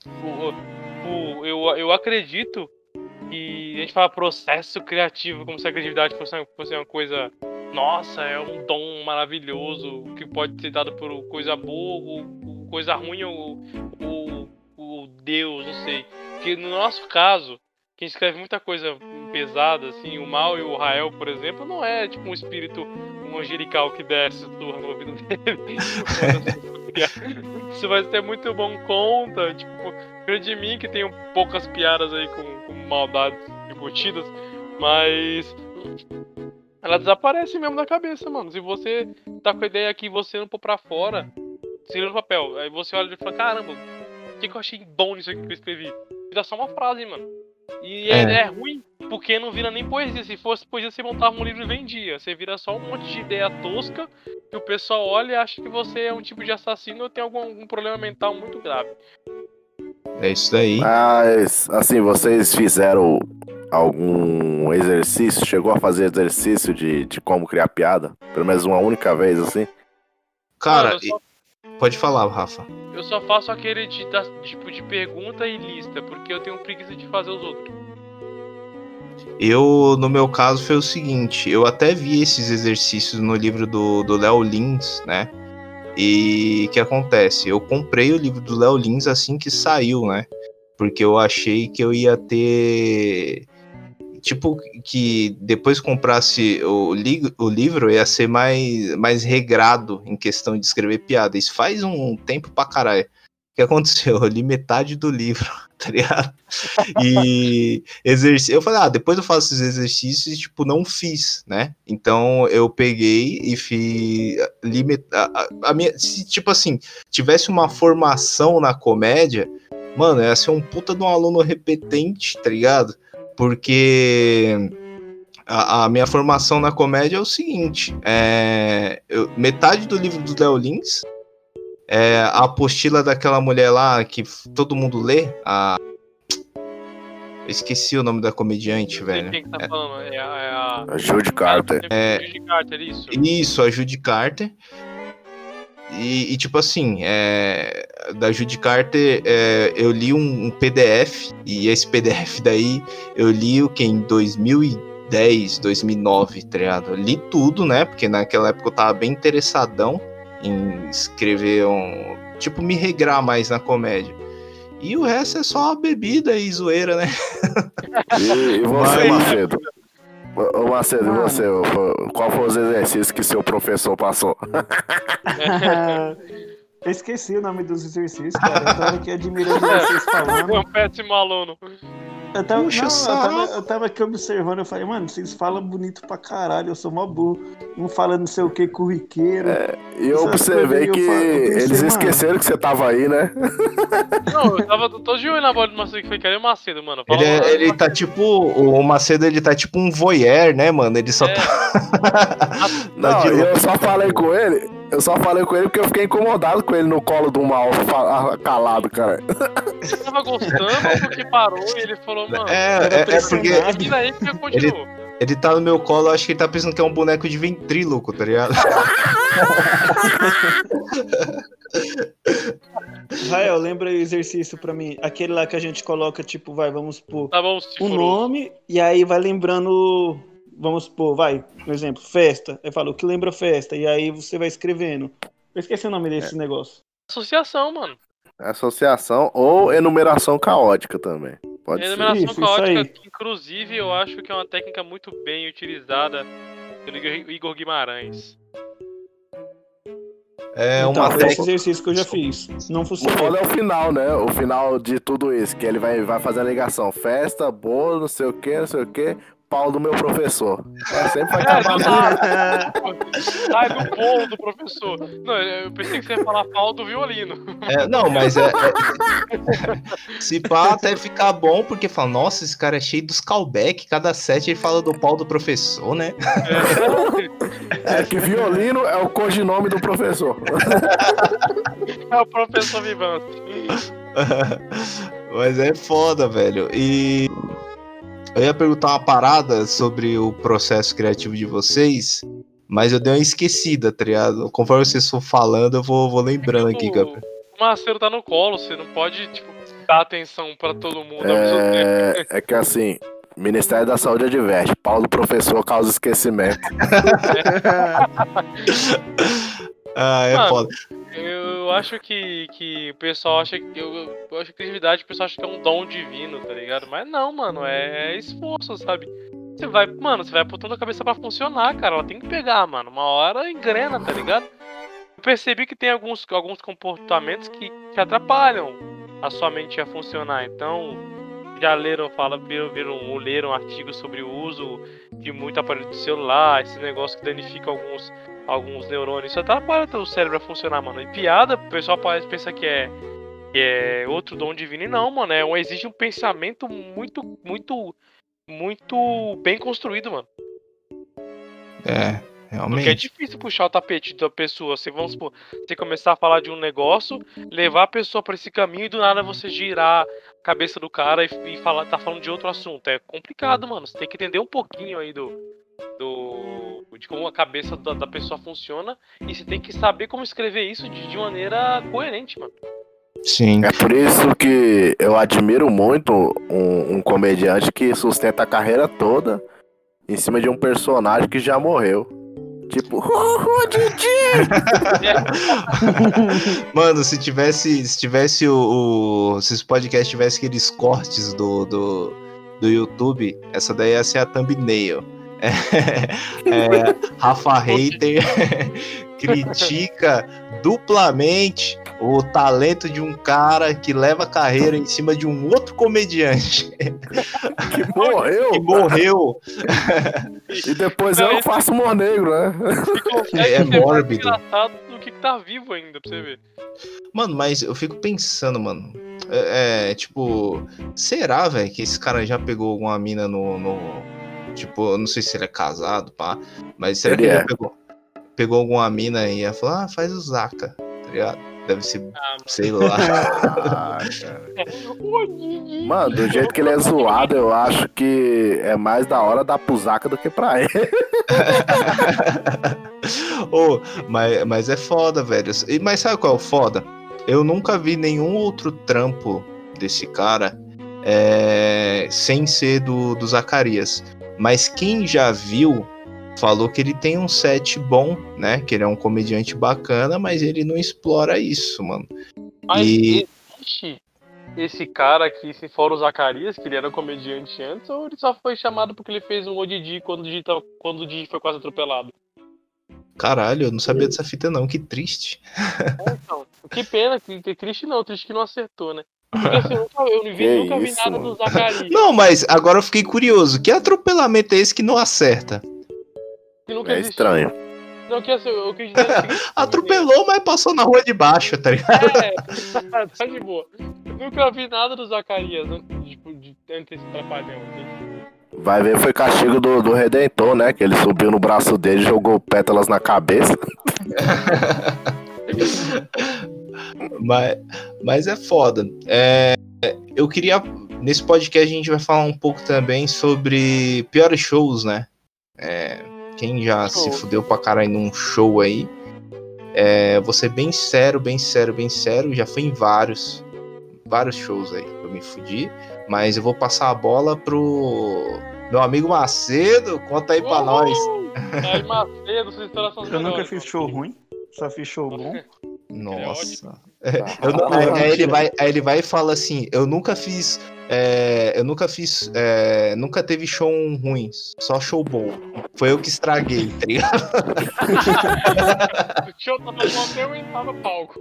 Eu acredito que a gente fala processo criativo, como se a criatividade fosse uma coisa... Nossa, é um dom maravilhoso que pode ser dado por coisa boa ou coisa ruim ou Deus, não sei. Porque no nosso caso, quem escreve muita coisa pesada, assim, o Mal e o Rael, por exemplo, não é tipo um espírito angelical que desce tudo no ouvido dele. Isso vai ser muito bom conta, tipo, de mim que tenho poucas piadas aí com maldades embutidas, mas ela desaparece mesmo da cabeça, mano. Se você tá com a ideia aqui e você não pôr pra fora, tira no papel, aí você olha e fala, caramba, o que eu achei bom nisso aqui que eu escrevi? Vira só uma frase, mano. E é ruim, porque não vira nem poesia. Se fosse poesia, você montava um livro e vendia. Você vira só um monte de ideia tosca que o pessoal olha e acha que você é um tipo de assassino ou tem algum problema mental muito grave. É isso daí. Mas, assim, vocês fizeram algum exercício? Chegou a fazer exercício de como criar piada? Pelo menos uma única vez, assim? Cara, pode falar, Rafa. Eu só faço aquele tipo de pergunta e lista, porque eu tenho preguiça de fazer os outros. No meu caso, foi o seguinte, eu até vi esses exercícios no livro do Léo Lins, né? E o que acontece? Eu comprei o livro do Léo Lins assim que saiu, né? Porque eu achei que eu ia ter... Tipo, que depois que comprasse o livro, ia ser mais regrado em questão de escrever piada. Isso faz um tempo pra caralho. O que aconteceu? Eu li metade do livro, tá ligado? E eu falei, depois eu faço esses exercícios e, tipo, não fiz, né? Então eu peguei e fiz. A minha, se, tipo assim, tivesse uma formação na comédia, mano, ia ser um puta de um aluno repetente, tá ligado? Porque a minha formação na comédia é o seguinte: metade do livro do Léo Lins, a apostila daquela mulher lá que todo mundo lê, eu esqueci o nome da comediante, velho. Quem que tá falando? A Judy Carter. Judy Carter, isso. Isso, a Judy Carter. E tipo assim, da Judy Carter, eu li um PDF, e esse PDF daí eu li em 2010, 2009, tá ligado? Eu li tudo, né? Porque naquela época eu tava bem interessadão em escrever tipo, me regrar mais na comédia. E o resto é só bebida e zoeira, né? E você, Macedo? Ô Macedo, e você? Qual foi os exercícios que seu professor passou? Eu esqueci o nome dos exercícios, cara. Eu tava aqui admirando vocês falando. É um péssimo aluno. Eu tava aqui observando, eu falei, mano, vocês falam bonito pra caralho, eu sou mó burro. Um fala não sei o que, corriqueiro. E eu observei que eles esqueceram que você tava aí, né? Não, eu tô de olho na bola do Macedo, que foi querer o Macedo, mano. Ele tá tipo, o Macedo, ele tá tipo um voyeur, né, mano? Ele só tá... Não, eu só falei com ele porque eu fiquei incomodado com ele no colo do mal, calado, cara. Ele tava gostando porque parou e ele falou, mano... porque... Aí que eu continuo. Ele tá no meu colo, acho que ele tá pensando que é um boneco de ventríloco, tá ligado? Rael, lembra o exercício pra mim? Aquele lá que a gente coloca, tipo, vamos pôr o nome, e aí vai lembrando, vamos pôr, um exemplo, festa. Aí fala o que lembra festa, e aí você vai escrevendo. Eu esqueci o nome desse negócio. Associação, mano. Associação ou enumeração caótica também. Pode ser. Enumeração caótica, que, inclusive, eu acho que é uma técnica muito bem utilizada pelo Igor Guimarães. Então, foi esse exercício que eu já fiz. Não funcionou. O foda é o final, né? O final de tudo isso, que ele vai fazer a ligação. Festa, bolo, não sei o que, pau do meu professor. Sempre vai acabar. Sai do bolo do professor. Não, eu pensei que você ia falar pau do violino. Não, mas se pá até ficar bom, porque fala, nossa, esse cara é cheio dos callback, cada set ele fala do pau do professor, né? Que violino é o codinome do professor. É o professor Vivante. Mas é foda, velho. E eu ia perguntar uma parada sobre o processo criativo de vocês, mas eu dei uma esquecida, tá ligado? Conforme vocês for falando, eu vou lembrando aqui, Gabriel. O Marcelo tá no colo, você não pode, tipo, dar atenção pra todo mundo. É que assim, Ministério da Saúde adverte, pau do professor causa esquecimento. Mano, foda. Eu acho que o pessoal acha que. Eu acho que criatividade, o pessoal acha que é um dom divino, tá ligado? Mas não, mano, é esforço, sabe? Você vai botando a cabeça pra funcionar, cara. Ela tem que pegar, mano. Uma hora engrena, tá ligado? Eu percebi que tem alguns comportamentos que atrapalham a sua mente a funcionar. Então, já leram artigos sobre o uso de muito aparelho de celular, esse negócio que danifica alguns neurônios. Isso atrapalha o cérebro a funcionar, mano. E piada, o pessoal parece pensar que é outro dom divino. E não, mano. Exige um pensamento muito, muito, muito bem construído, mano. Realmente. Porque é difícil puxar o tapete da pessoa. Vamos supor, você começar a falar de um negócio, levar a pessoa pra esse caminho e do nada você girar a cabeça do cara e tá falando de outro assunto. É complicado, mano. Você tem que entender um pouquinho aí de como a cabeça da pessoa funciona e você tem que saber como escrever isso de maneira coerente, mano. Sim. É por isso que eu eu admiro muito um comediante que sustenta a carreira toda em cima de um personagem que já morreu. Tipo, Didi! Mano, se tivesse se esse podcast tivesse aqueles cortes do YouTube, essa daí ia ser a thumbnail. Rafa Hater critica duplamente o talento de um cara que leva a carreira em cima de um outro comediante Que morreu. E depois eu faço humor negro, né? É mórbido. Engraçado do que tá vivo ainda, pra você ver. Mano, mas eu fico pensando, mano. Tipo, será, velho, que esse cara já pegou alguma mina no. Tipo, eu não sei se ele é casado, pá. Mas será que ele já pegou alguma mina e ia falar, faz o Zaka, tá ligado? Deve ser, sei lá. Mano, do jeito que ele é zoado, eu acho que é mais da hora dar pro Zaka do que pra ele. Mas é foda, velho. Mas sabe qual é o foda? Eu nunca vi nenhum outro trampo desse cara sem ser do Zacarias. Mas quem já viu falou que ele tem um set bom, né? Que ele é um comediante bacana, mas ele não explora isso, mano. Mas existe esse cara aqui, se for o Zacarias, que ele era comediante antes, ou ele só foi chamado porque ele fez um Odidi quando o Didi foi quase atropelado? Caralho, eu não sabia dessa fita não, que triste. Então, que pena, que triste que não acertou, né? Porque assim, eu nunca vi nada do Zacarias. Não, mas agora eu fiquei curioso. Que atropelamento é esse que não acerta? Que nunca existiu. Estranho. Não, que assim, eu quis dizer o seguinte, atropelou, mas passou na rua de baixo, tá ligado? Tá de boa. Eu nunca vi nada do Zacarias antes desse trapalhão. Vai ver, foi castigo do Redentor, né? Que ele subiu no braço dele e jogou pétalas na cabeça. Mas é foda. Eu queria... Nesse podcast a gente vai falar um pouco também sobre piores shows, né? Quem já se fudeu pra caralho num show aí. Vou ser bem sério. Já fui em vários shows aí. Eu me fudi. Mas eu vou passar a bola pro meu amigo Macedo. Conta aí pra nós. Aí, Macedo, suas histórias são Eu nunca fiz show ruim, só fiz show bom. Nossa. Aí ele vai e fala assim: nunca teve show ruim, só show bom. Foi eu que estraguei, tá ligado? O show tava bom até eu entrar no palco.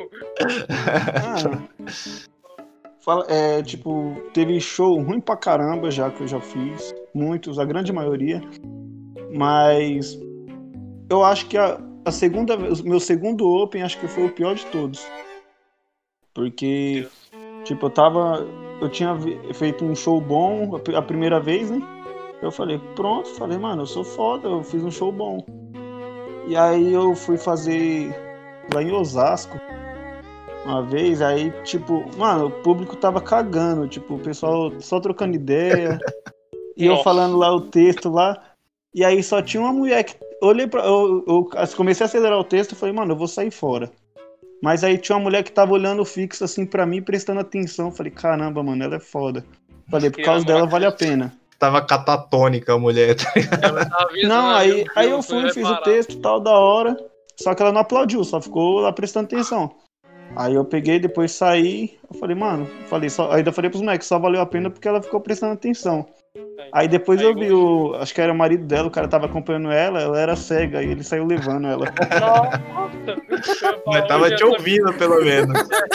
Tipo, teve show ruim pra caramba já que eu já fiz. Muitos, a grande maioria. Mas eu acho que o meu segundo Open acho que foi o pior de todos. Porque, tipo, eu tinha feito um show bom a primeira vez, né? Eu falei, mano, eu sou foda, eu fiz um show bom. E aí eu fui fazer lá em Osasco uma vez, aí, tipo, mano, o público tava cagando, tipo, o pessoal só trocando ideia, e eu falando lá o texto lá, e aí só tinha uma mulher que... Eu comecei a acelerar o texto e falei, mano, eu vou sair fora. Mas aí tinha uma mulher que tava olhando fixo assim pra mim, prestando atenção. Falei, caramba, mano, ela é foda. Falei, por causa dela vale a pena. Tava catatônica a mulher. Não, aí eu fui, fiz o texto tal, da hora. Só que ela não aplaudiu, só ficou lá prestando atenção. Aí eu peguei, depois saí. Eu falei, mano, ainda falei pros moleques, só valeu a pena porque ela ficou prestando atenção. Aí depois eu vi acho que era o marido dela, o cara tava acompanhando ela era cega, e ele saiu levando ela. Nossa! Mas tava te ouvindo, pelo menos.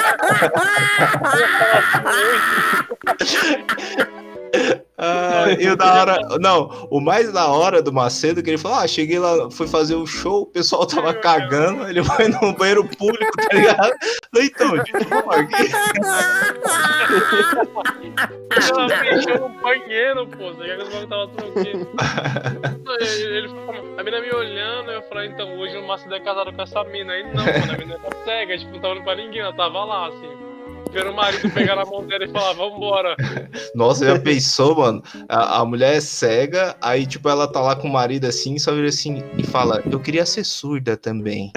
E o da hora. Não, o mais da hora do Macedo que ele falou: cheguei lá, fui fazer o show, o pessoal tava cagando, ele foi no banheiro público, tá ligado? Então, aqui. Ela fechou no banheiro, pô. Você tava tranquilo. Ele falou, a mina me olhando, eu falei, então, hoje o Macedo é casado com essa mina. Aí não, mano, a mina tá cega, tipo, não tava olhando pra ninguém, ela tava lá, assim. Vendo o marido pegar na mão dela e falar, vambora. Nossa, já pensou, mano? A mulher é cega, aí, tipo, ela tá lá com o marido assim, só vira assim e fala, eu queria ser surda também.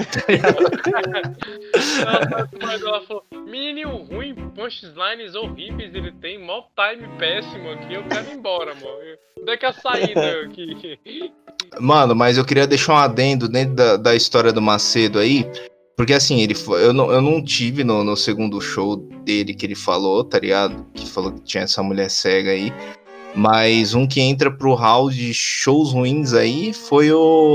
Ela falou, menininho ruim, punchlines horríveis, ele tem mó time péssimo aqui, eu quero ir embora, mano. Onde é que é a saída aqui? Mano, mas eu queria deixar um adendo dentro da história do Macedo aí, porque assim, eu não tive no segundo show dele que ele falou, tá ligado? Que falou que tinha essa mulher cega aí. Mas um que entra pro hall de shows ruins aí foi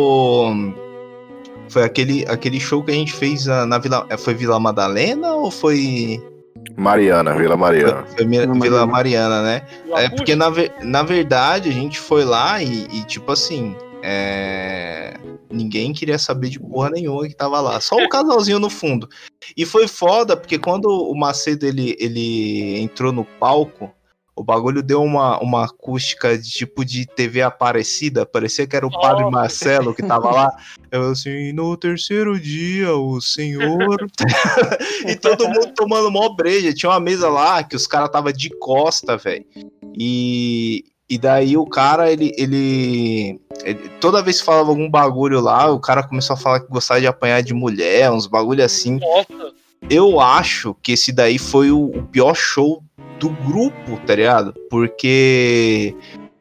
aquele show que a gente fez na Vila... Foi Vila Madalena ou foi... Vila Mariana. Foi Vila Mariana, né? É porque na verdade a gente foi lá e tipo assim... Ninguém queria saber de porra nenhuma que tava lá. Só o casalzinho no fundo. E foi foda, porque quando o Macedo ele entrou no palco, o bagulho deu uma acústica de tipo de TV Aparecida. Parecia que era o Padre Marcelo que tava lá. Eu assim, no terceiro dia, o senhor... E todo mundo tomando mó breja. Tinha uma mesa lá que os caras tava de costa, velho. E daí o cara, ele toda vez que falava algum bagulho lá, o cara começou a falar que gostava de apanhar de mulher, uns bagulho assim. Nossa. Eu acho que esse daí foi o pior show do grupo, tá ligado? Porque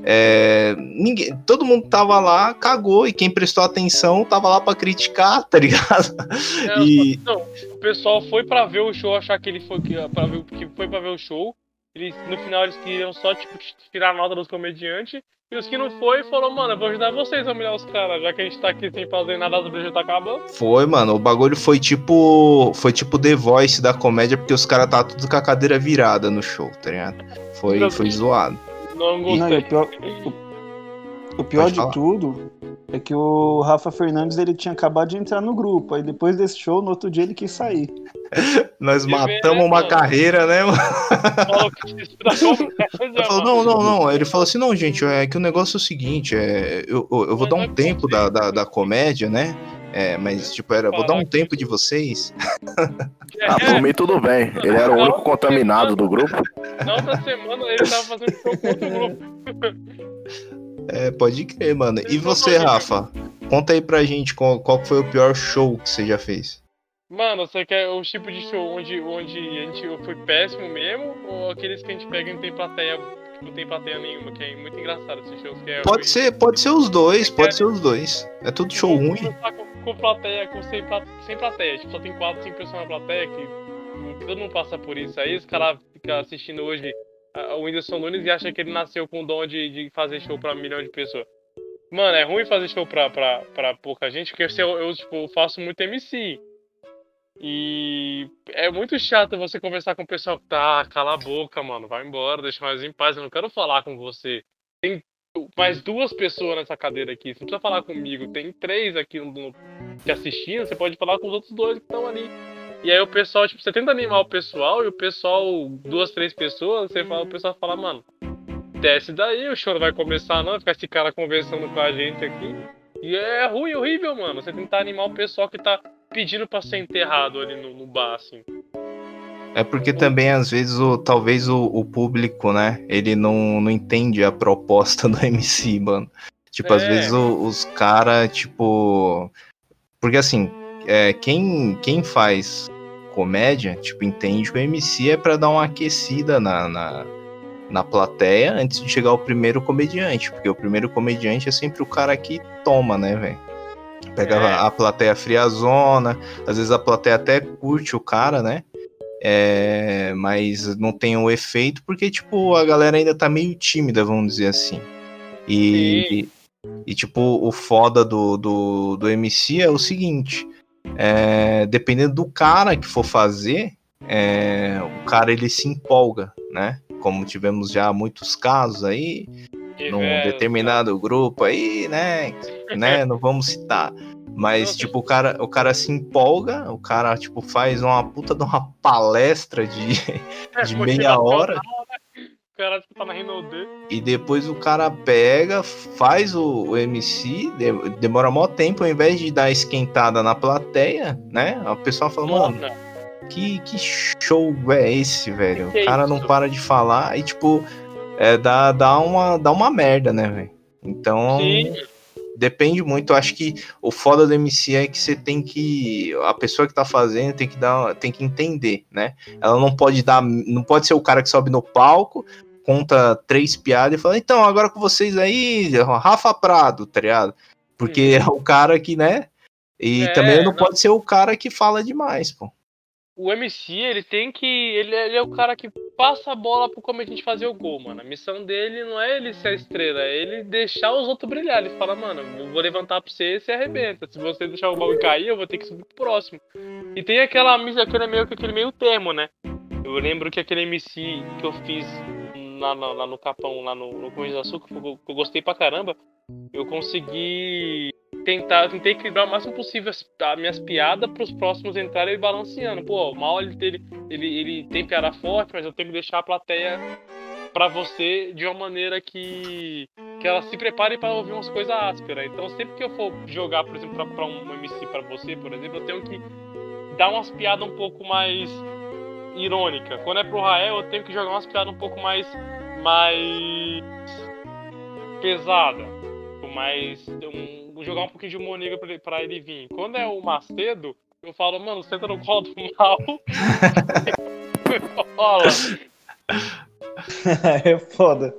todo mundo tava lá, cagou, e quem prestou atenção tava lá pra criticar, tá ligado? Não, o pessoal foi pra ver o show, achar que ele foi pra ver o show. No final eles queriam só, tipo, tirar a nota dos comediantes. E os que não foi, falou, mano, eu vou ajudar vocês a humilhar os caras, já que a gente tá aqui sem fazer nada, as brejas tá acabando. Foi, mano, o bagulho foi tipo The Voice da comédia, porque os caras estavam tudo com a cadeira virada no show, tá ligado? Foi zoado. Não gostei. O pior de tudo é que o Rafa Fernandes, ele tinha acabado de entrar no grupo. Aí depois desse show, no outro dia ele quis sair. Nós matamos uma carreira, né, mano? Ele falou, não. Ele falou assim, não, gente, é que o negócio é o seguinte, eu vou dar um tempo da comédia, né? Mas, tipo, vou dar um tempo de vocês. Por mim tudo bem. Ele era o único contaminado do grupo. Na outra semana ele tava fazendo show com outro grupo. Pode crer, mano. E você, Rafa? Conta aí pra gente qual foi o pior show que você já fez. Mano, você quer o tipo de show onde a gente foi péssimo mesmo? Ou aqueles que a gente pega e não tem plateia, não tem plateia nenhuma, que é muito engraçado esses shows que Pode ser os dois, É tudo show ruim. Com plateia, sem plateia, tipo, só tem 4, 5 pessoas na plateia, que todo mundo passa por isso. Aí os caras ficam assistindo hoje o Whindersson Nunes e acha que ele nasceu com o dom de fazer show pra 1 milhão de pessoas. Mano, é ruim fazer show pra pouca gente, porque eu faço muito MC. E é muito chato você conversar com o pessoal que tá, cala a boca, mano, vai embora, deixa mais em paz, eu não quero falar com você. Tem mais 2 pessoas nessa cadeira aqui, você não precisa falar comigo, tem 3 aqui te assistindo, você pode falar com os outros 2 que estão ali. E aí o pessoal, tipo, você tenta animar o pessoal e o pessoal, 2, 3 pessoas, o pessoal fala, mano, desce daí, o show não vai começar não, ficar esse cara conversando com a gente aqui. E é ruim, horrível, mano, você tentar animar o pessoal que tá pedindo pra ser enterrado ali no bar, assim. É porque também, às vezes, talvez o público, né, ele não entende a proposta do MC, mano. Tipo, às vezes os caras, tipo... Porque, assim, quem faz comédia, tipo, entende que o MC é pra dar uma aquecida na plateia antes de chegar o primeiro comediante. Porque o primeiro comediante é sempre o cara que toma, né, velho? Pega a plateia friazona, às vezes a plateia até curte o cara, né? Mas não tem o efeito porque, tipo, a galera ainda tá meio tímida, vamos dizer assim. E tipo, o foda do MC é o seguinte, dependendo do cara que for fazer, o cara ele se empolga, né? Como tivemos já muitos casos aí, num determinado grupo aí, né? Não vamos citar. Mas, tipo, o cara se empolga, o cara, tipo, faz uma puta de uma palestra de meia hora. O cara tá na Rinode. E depois o cara pega, faz o MC, demora maior tempo, ao invés de dar esquentada na plateia, né? A pessoa fala, mano, que show é esse, velho? Que O cara isso? não para de falar e, tipo, dá uma merda, né, velho? Então, Sim. depende muito. Eu acho que o foda do MC é que você tem que. A pessoa que tá fazendo tem que entender, né? Ela não pode ser o cara que sobe no palco, conta 3 piadas e fala, então, agora com vocês aí, Rafa Prado, tá ligado? Porque é o cara que, né? E também não pode ser o cara que fala demais, pô. O MC, ele tem que. Ele é o cara que passa a bola pro comediante fazer o gol, mano. A missão dele não é ele ser a estrela, é ele deixar os outros brilhar. Ele fala, mano, eu vou levantar pra você e você arrebenta. Se você deixar o bagulho cair, eu vou ter que subir pro próximo. E tem aquele meio termo, né? Eu lembro que aquele MC que eu fiz lá no Capão, lá no Correio do Açúcar, que eu gostei pra caramba, eu consegui. Tentei equilibrar o máximo possível as minhas piadas para os próximos entrarem balanceando. Pô, o Mal ele tem piada forte, mas eu tenho que deixar a plateia para você de uma maneira que ela se prepare para ouvir umas coisas ásperas. Então, sempre que eu for jogar, por exemplo, para um MC para você, por exemplo, eu tenho que dar umas piadas um pouco mais irônicas. Quando é pro Rael, eu tenho que jogar umas piadas um pouco mais pesada, jogar um pouquinho de humor negro pra ele vir. Quando é o Macedo, eu falo, mano, senta no colo do Mal. Rola. É foda.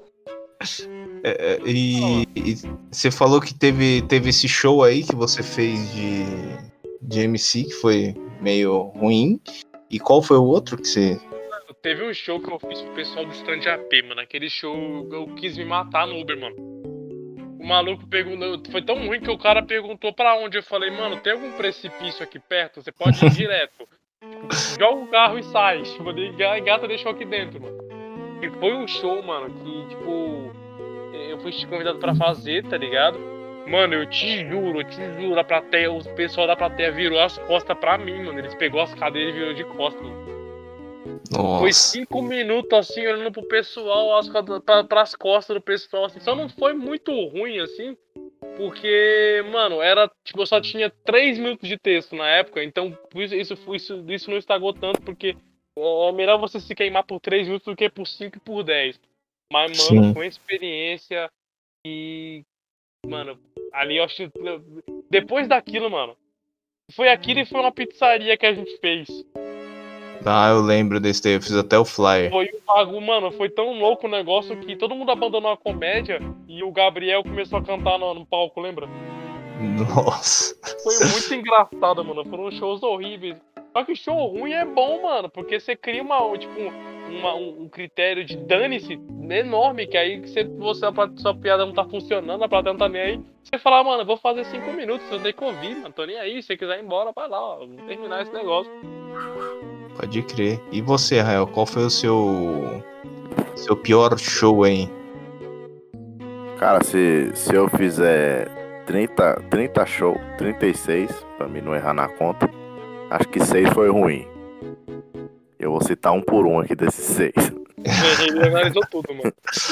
E você falou que teve esse show aí que você fez de MC, que foi meio ruim. E qual foi o outro que você... Teve um show que eu fiz pro pessoal do stand AP, mano. Aquele show, eu quis me matar no Uber, mano. O maluco perguntou, foi tão ruim que o cara perguntou pra onde. Eu falei, mano, tem algum precipício aqui perto? Você pode ir direto. Tipo, joga o carro e sai. Tipo, engata deixou aqui dentro, mano. E foi um show, mano, que, tipo, eu fui convidado pra fazer, tá ligado? Mano, eu te juro, a plateia, o pessoal da plateia virou as costas pra mim, mano. Eles pegou as cadeiras e virou de costas, mano. Nossa. Foi 5 minutos assim, olhando pro pessoal, pras costas do pessoal, assim. Só não foi muito ruim, assim, porque, mano, era, tipo, eu só tinha 3 minutos de texto na época, então isso não estragou tanto, porque é melhor você se queimar por 3 minutos do que por 5 e por 10. Mas, mano, Sim. foi uma experiência e, mano, ali eu acho que, depois daquilo, mano, foi aquilo e foi uma pizzaria que a gente fez. Ah, eu lembro desse daí, eu fiz até o flyer. Foi um bagulho, mano, foi tão louco o negócio que todo mundo abandonou a comédia e o Gabriel começou a cantar no palco, lembra? Nossa. Foi muito engraçado, mano, foram shows horríveis. Só que show ruim é bom, mano, porque você cria um critério de dane-se enorme, que aí sua piada não tá funcionando, a plateia não tá nem aí. Você fala, mano, eu vou fazer 5 minutos, eu dei que ouvir, mano, tô nem aí, se você quiser ir embora, vai lá, ó, vamos terminar esse negócio. Pode crer. E você, Rael, qual foi o seu pior show aí? Cara, se eu fizer 30 show, 36, pra mim não errar na conta, acho que 6 foi ruim. Eu vou citar um por um aqui desses 6. Ele analisou tudo, mano.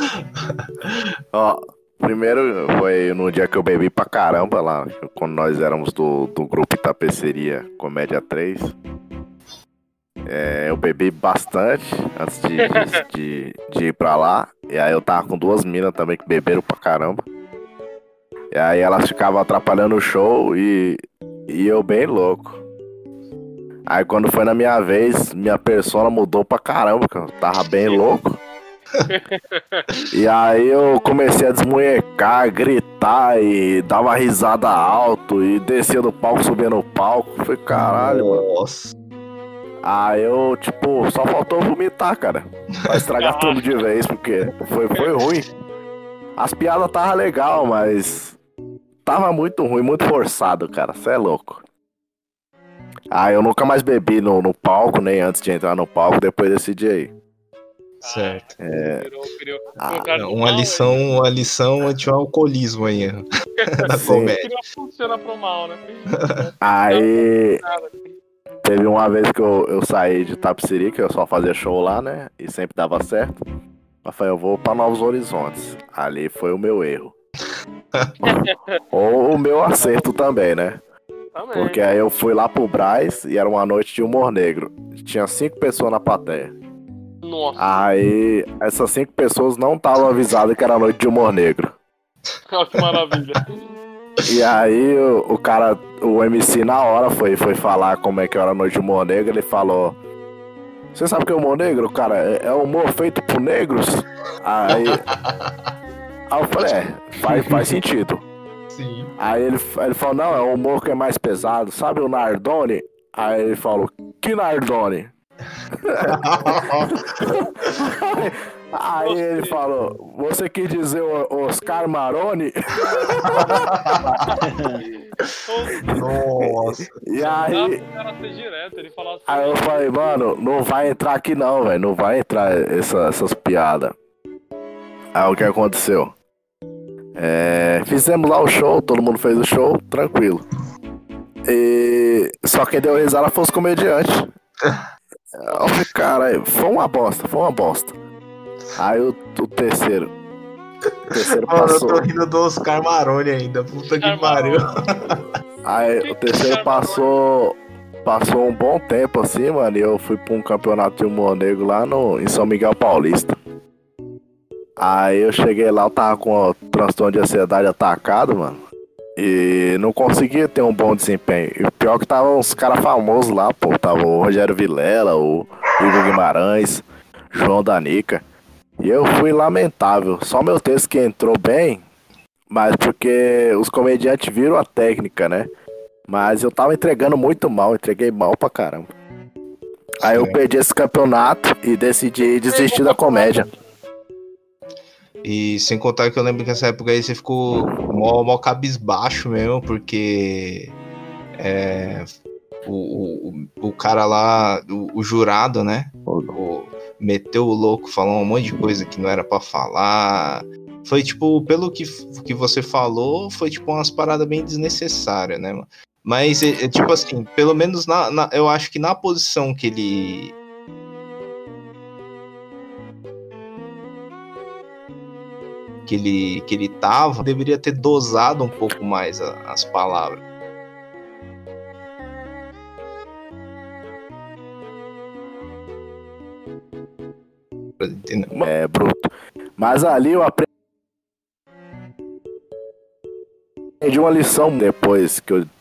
Ó, primeiro foi no dia que eu bebi pra caramba lá, quando nós éramos do grupo Itapeceria Comédia 3. Eu bebi bastante antes de ir pra lá. E aí eu tava com 2 minas também que beberam pra caramba. E aí elas ficavam atrapalhando o show e eu bem louco. Aí quando foi na minha vez, minha persona mudou pra caramba, cara. Eu tava bem louco. E aí eu comecei a desmunhecar, gritar e dava risada alto e descia do palco, subia no palco. Foi caralho, mano. Nossa. Aí eu, tipo, só faltou vomitar, cara. Pra estragar tudo de vez, porque foi ruim. As piadas tava legal, mas tava muito ruim, muito forçado, cara. Cê é louco. Aí eu nunca mais bebi no palco, nem antes de entrar no palco, depois desse dia aí. Certo. Uma lição anti-alcoolismo aí na comédia. Não funciona pro mal, né? Aí teve uma vez que eu saí de Tapiciri, que eu só fazia show lá, né? E sempre dava certo. Mas falei, eu vou pra Novos Horizontes. Ali foi o meu erro. Ou o meu acerto também, né? Também. Porque aí eu fui lá pro Brás e era uma noite de humor negro. tinha 5 pessoas na plateia. Nossa, Aí, essas 5 pessoas não estavam avisadas que era noite de humor negro. olha que maravilha. E aí, o cara, o MC na hora foi falar como é que era a noite de humor negro. Ele falou: você sabe o que é humor negro, cara? É humor feito por negros? Aí eu falei: faz sentido. Sim. Aí ele falou: não, é um humor que é mais pesado. Sabe o Nardone? Aí ele falou: que Nardone? Aí ele falou: você quis dizer o Oscar Maroni? Nossa. E aí, O cara ser direto, ele falava assim. aí eu falei: mano, não vai entrar aqui não, velho. Não vai entrar essas piadas. Aí o que aconteceu? Fizemos lá o show, todo mundo fez o show, tranquilo. E só quem deu risada foi os comediantes. Eu falei: caralho, foi uma bosta. Aí o terceiro Mano, eu passou. tô rindo do Oscar Maroni ainda. Puta que pariu. Aí o terceiro passou um bom tempo assim, mano. E eu fui pra um campeonato de humor negro lá em São Miguel Paulista. Aí eu cheguei lá, eu tava com o transtorno de ansiedade atacado, mano. E não conseguia ter um bom desempenho. E o pior que tava uns caras famosos lá, pô. Tava o Rogério Vilela, o Igor Guimarães, João Danica. E eu fui lamentável. Só meu texto que entrou bem, mas porque os comediantes viram a técnica, né? Mas eu tava entregando muito mal, entreguei mal pra caramba. Aí eu perdi esse campeonato e decidi desistir da comédia. E sem contar que eu lembro que nessa época aí você ficou mó cabisbaixo mesmo, porque o cara lá, o jurado, né? Meteu o louco, falou um monte de coisa que não era pra falar. Foi tipo, pelo que você falou, foi tipo umas paradas bem desnecessárias, né, mano? Mas, tipo assim, pelo menos eu acho que na posição que ele tava, deveria ter dosado um pouco mais as palavras. Entendeu? É, bruto. Mas ali eu aprendi uma lição depois que eu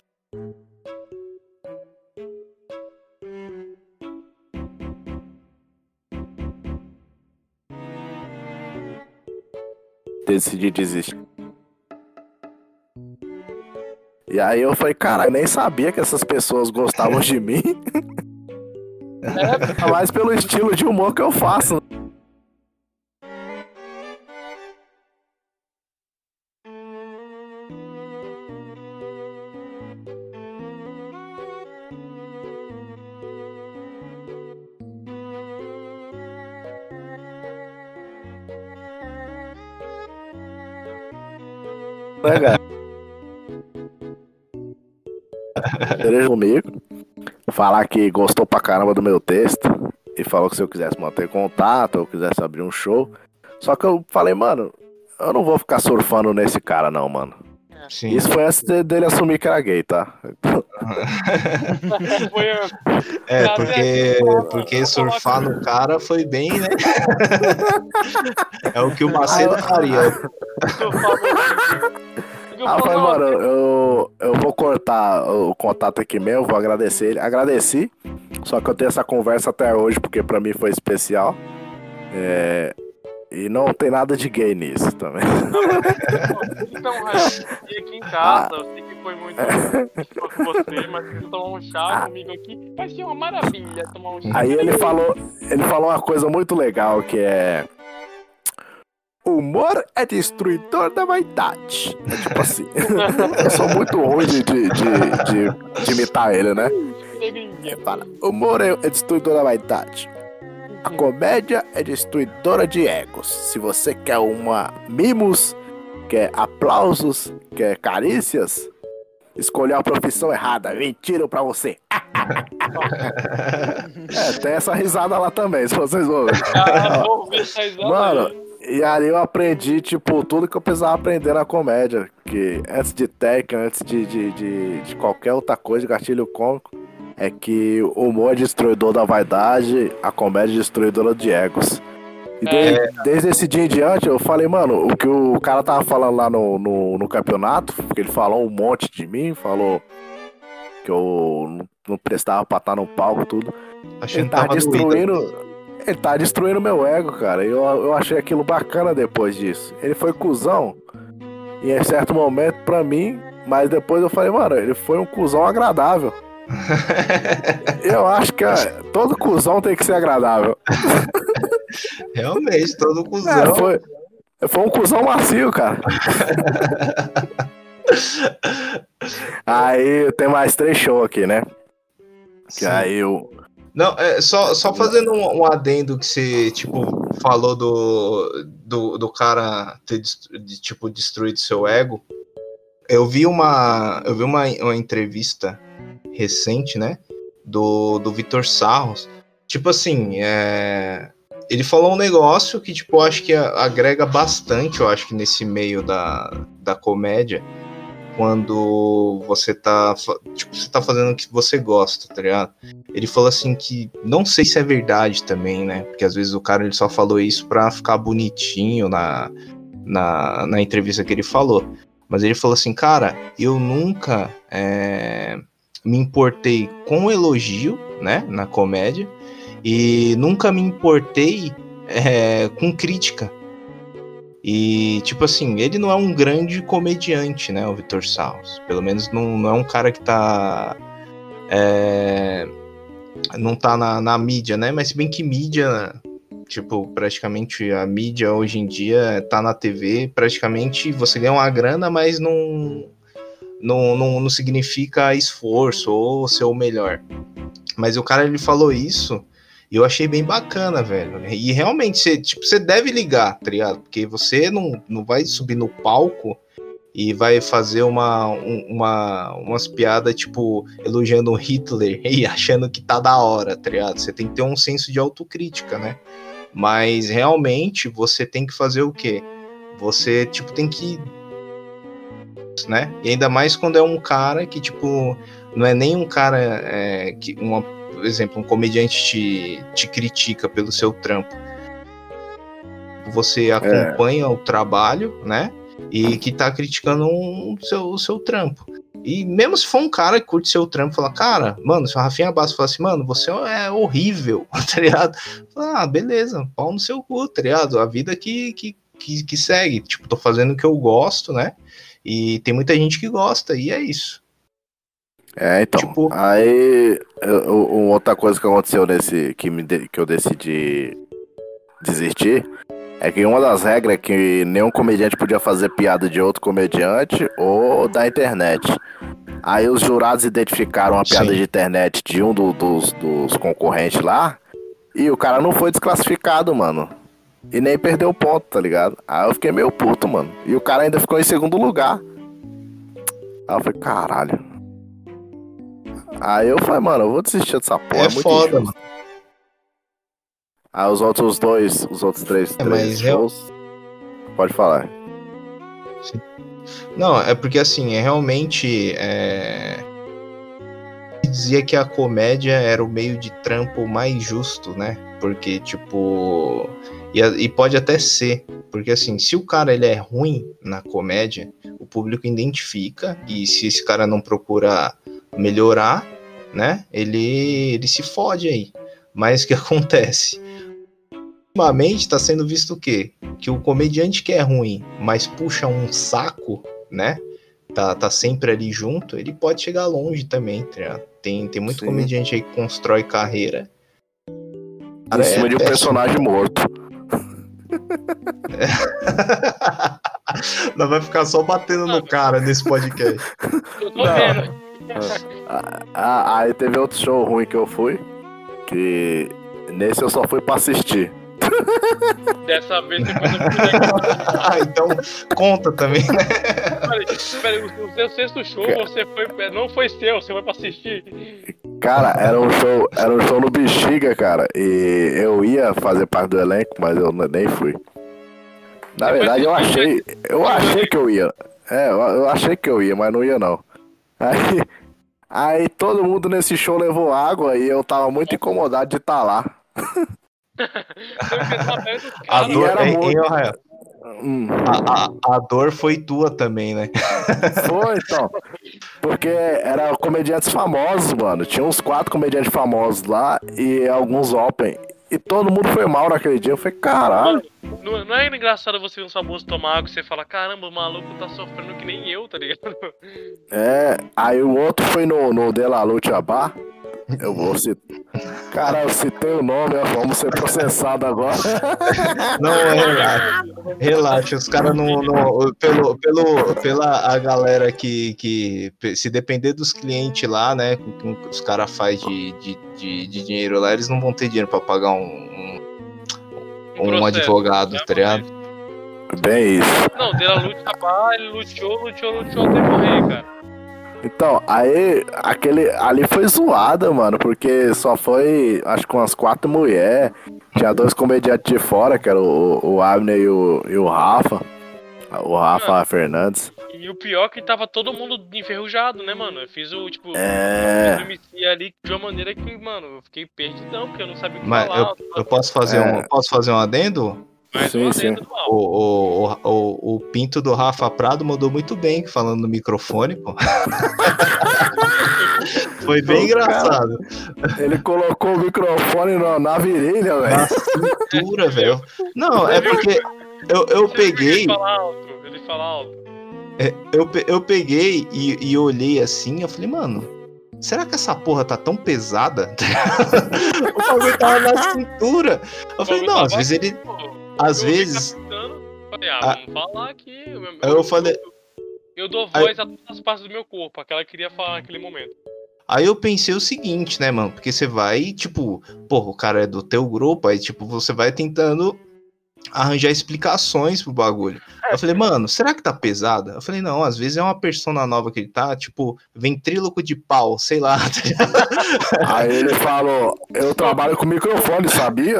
decidi desistir. E aí eu falei: cara, eu nem sabia que essas pessoas gostavam de mim. Mas pelo estilo de humor que eu faço. Né, cara? Querer comigo, falar que gostou pra caramba do meu texto e falou que se eu quisesse manter contato ou quisesse abrir um show. Só que eu falei: mano, eu não vou ficar surfando nesse cara não, mano. Sim. Isso foi antes dele assumir que era gay, tá? Porque surfar no cara foi bem, né? É o que o Macedo faria. Ah, eu falei: mano, eu vou cortar o contato aqui mesmo, vou agradecer ele. Agradeci, só que eu tenho essa conversa até hoje, porque pra mim foi especial. E não tem nada de gay nisso também. Então, aqui em casa, eu sei que foi muito com você, mas você tomar um chá comigo aqui, vai ser uma maravilha tomar um chá. Aí ele falou uma coisa muito legal, que é: humor é destruidor da vaidade. É tipo assim. Eu sou muito ruim de imitar ele, né? Ele fala: humor é destruidor da vaidade. A comédia é destruidora de egos. Se você quer mimos, quer aplausos, quer carícias, escolheu a profissão errada. Mentira pra você. Tem essa risada lá também, se vocês ouvem. Vou ver essa risada. Mano, e aí eu aprendi, tipo, tudo que eu precisava aprender na comédia. Que antes de técnica, antes de qualquer outra coisa, gatilho cômico, é que o humor é destruidor da vaidade, a comédia é destruidora de egos. E desde esse dia em diante, eu falei, mano, o que o cara tava falando lá no campeonato, porque ele falou um monte de mim, falou que eu não prestava pra estar no palco, tudo. Achei que tava doido. Ele tá destruindo meu ego, cara. Eu achei aquilo bacana depois disso. Ele foi cuzão em certo momento pra mim, mas depois eu falei, mano, ele foi um cuzão agradável. Eu acho que todo cuzão tem que ser agradável. Realmente, todo cuzão. Foi um cuzão macio, cara. Aí tem mais 3 shows aqui, né? Que aí eu... Não, só fazendo um adendo que você, tipo, falou do cara ter, tipo, destruído seu ego. Eu vi uma entrevista recente, né, do Vitor Sarros. Tipo assim, ele falou um negócio que, tipo, eu acho que agrega bastante, eu acho que nesse meio da comédia, quando você tá fazendo o que você gosta, tá ligado? Ele falou assim que, não sei se é verdade também, né, porque às vezes o cara ele só falou isso pra ficar bonitinho na entrevista que ele falou, mas ele falou assim, cara, eu nunca me importei com elogio, né, na comédia, e nunca me importei com crítica. E, tipo assim, ele não é um grande comediante, né, o Vitor Sarros. Pelo menos não é um cara que tá... não tá na mídia, né? Mas se bem que mídia, tipo, praticamente a mídia hoje em dia tá na TV, praticamente você ganha uma grana, mas não significa esforço ou ser o melhor. Mas o cara, ele falou isso... E eu achei bem bacana, velho. E realmente, você deve ligar, tá ligado? Porque você não vai subir no palco e vai fazer umas piadas, tipo, elogiando o Hitler e achando que tá da hora, tá ligado? Você tem que ter um senso de autocrítica, né? Mas, realmente, você tem que fazer o quê? Você, tipo, tem que... né? E ainda mais quando é um cara que, tipo, não é nem um cara por exemplo, um comediante te critica pelo seu trampo. Você acompanha o trabalho, né? E que tá criticando o seu trampo. E mesmo se for um cara que curte seu trampo, fala, cara, mano, se o Rafinha Bastos fala assim, mano, você é horrível, tá ligado? Fala, beleza, pau no seu cu, tá ligado? A vida que segue. Tipo, tô fazendo o que eu gosto, né? E tem muita gente que gosta, e é isso. Então, tipo... aí outra coisa que aconteceu que eu decidi desistir é que uma das regras é que nenhum comediante podia fazer piada de outro comediante ou da internet. Aí os jurados identificaram a piada de internet de um dos concorrentes lá e o cara não foi desclassificado, mano. E nem perdeu o ponto, tá ligado? Aí eu fiquei meio puto, mano. E o cara ainda ficou em segundo lugar. Aí eu falei, caralho. Aí eu falei, mano, eu vou desistir dessa porra. É muito foda, mano. Aí os outros 3 shows... Pode falar. Sim. Não, é porque assim, realmente... dizia que a comédia era o meio de trampo mais justo, né? Porque, tipo... E pode até ser. Porque assim, se o cara ele é ruim na comédia, o público identifica. E se esse cara não procura... melhorar, né? Ele se fode aí. Mas o que acontece? Ultimamente tá sendo visto o quê? Que o comediante que é ruim, mas puxa um saco, né? Tá sempre ali junto, ele pode chegar longe também, tá? Tem muito comediante aí que constrói carreira. Em cima de um personagem morto. Não vai ficar só batendo no cara nesse podcast. Eu tô vendo. Aí teve outro show ruim que eu fui, que nesse eu só fui pra assistir. Dessa vez você foi então conta também, né? Peraí, o seu sexto show não foi seu, você foi pra assistir. Cara, era um show no Bexiga, cara. E eu ia fazer parte do elenco, mas eu nem fui. Na verdade, eu achei que eu ia. Eu achei que eu ia, mas não ia não. Aí todo mundo nesse show levou água e eu tava muito incomodado de estar lá. Eu fiquei sabendo dos A caras. dor, era hein, muito- Rael? A dor foi tua também, né? Foi, então. Porque eram comediantes famosos, mano. Tinha uns 4 comediantes famosos lá e alguns open. E todo mundo foi mal naquele dia. Eu falei, caralho. Não é engraçado você ver um famoso tomar água e você fala, caramba, o maluco tá sofrendo que nem eu, tá ligado? É, aí o outro foi no De La Lucha Bar. Eu vou citar. Cara, eu citei o nome, ó, vamos ser processados agora. Não, relaxa. Relaxa, os caras pela a galera que se depender dos clientes lá, né, com que os caras fazem de dinheiro lá, eles não vão ter dinheiro pra pagar um processo, advogado, né, tá ligado? Bem isso. Não, dele a luta acabar, ele lutou até morrer, cara. Então, aí aquele ali foi zoada, mano, porque só foi, acho que umas 4 mulheres. Tinha 2 comediantes de fora, que era o Abner e o Rafa. O Rafa Fernandes. E o pior é que tava todo mundo enferrujado, né, mano? Eu fiz o, tipo, É. eu MC ali de uma maneira que, mano, eu fiquei perdidão, porque eu não sabia o que Mas falar. eu posso fazer um adendo? Mas Sim, uma sim. dentro do mal. O pinto do Rafa Prado mandou muito bem falando no microfone, pô. Foi bem engraçado. Ele colocou o microfone na virilha, velho. Na cintura, velho. Não, é porque eu peguei. Ele fala alto. Eu peguei e olhei assim, eu falei, mano, será que essa porra tá tão pesada? O bagulho tava na cintura. Eu falei, não, às vezes ele. Às vezes. Falei, vamos falar aqui. Eu falei. Eu dou voz a todas as partes do meu corpo, aquela que queria falar naquele momento. Aí eu pensei o seguinte, né, mano? Porque você vai, tipo, porra, o cara é do teu grupo, aí, tipo, você vai tentando arranjar explicações pro bagulho. Eu falei, mano, será que tá pesada? Eu falei, não, às vezes é uma persona nova que ele tá, tipo, ventríloco de pau, sei lá. Aí ele falou, eu trabalho com microfone, sabia?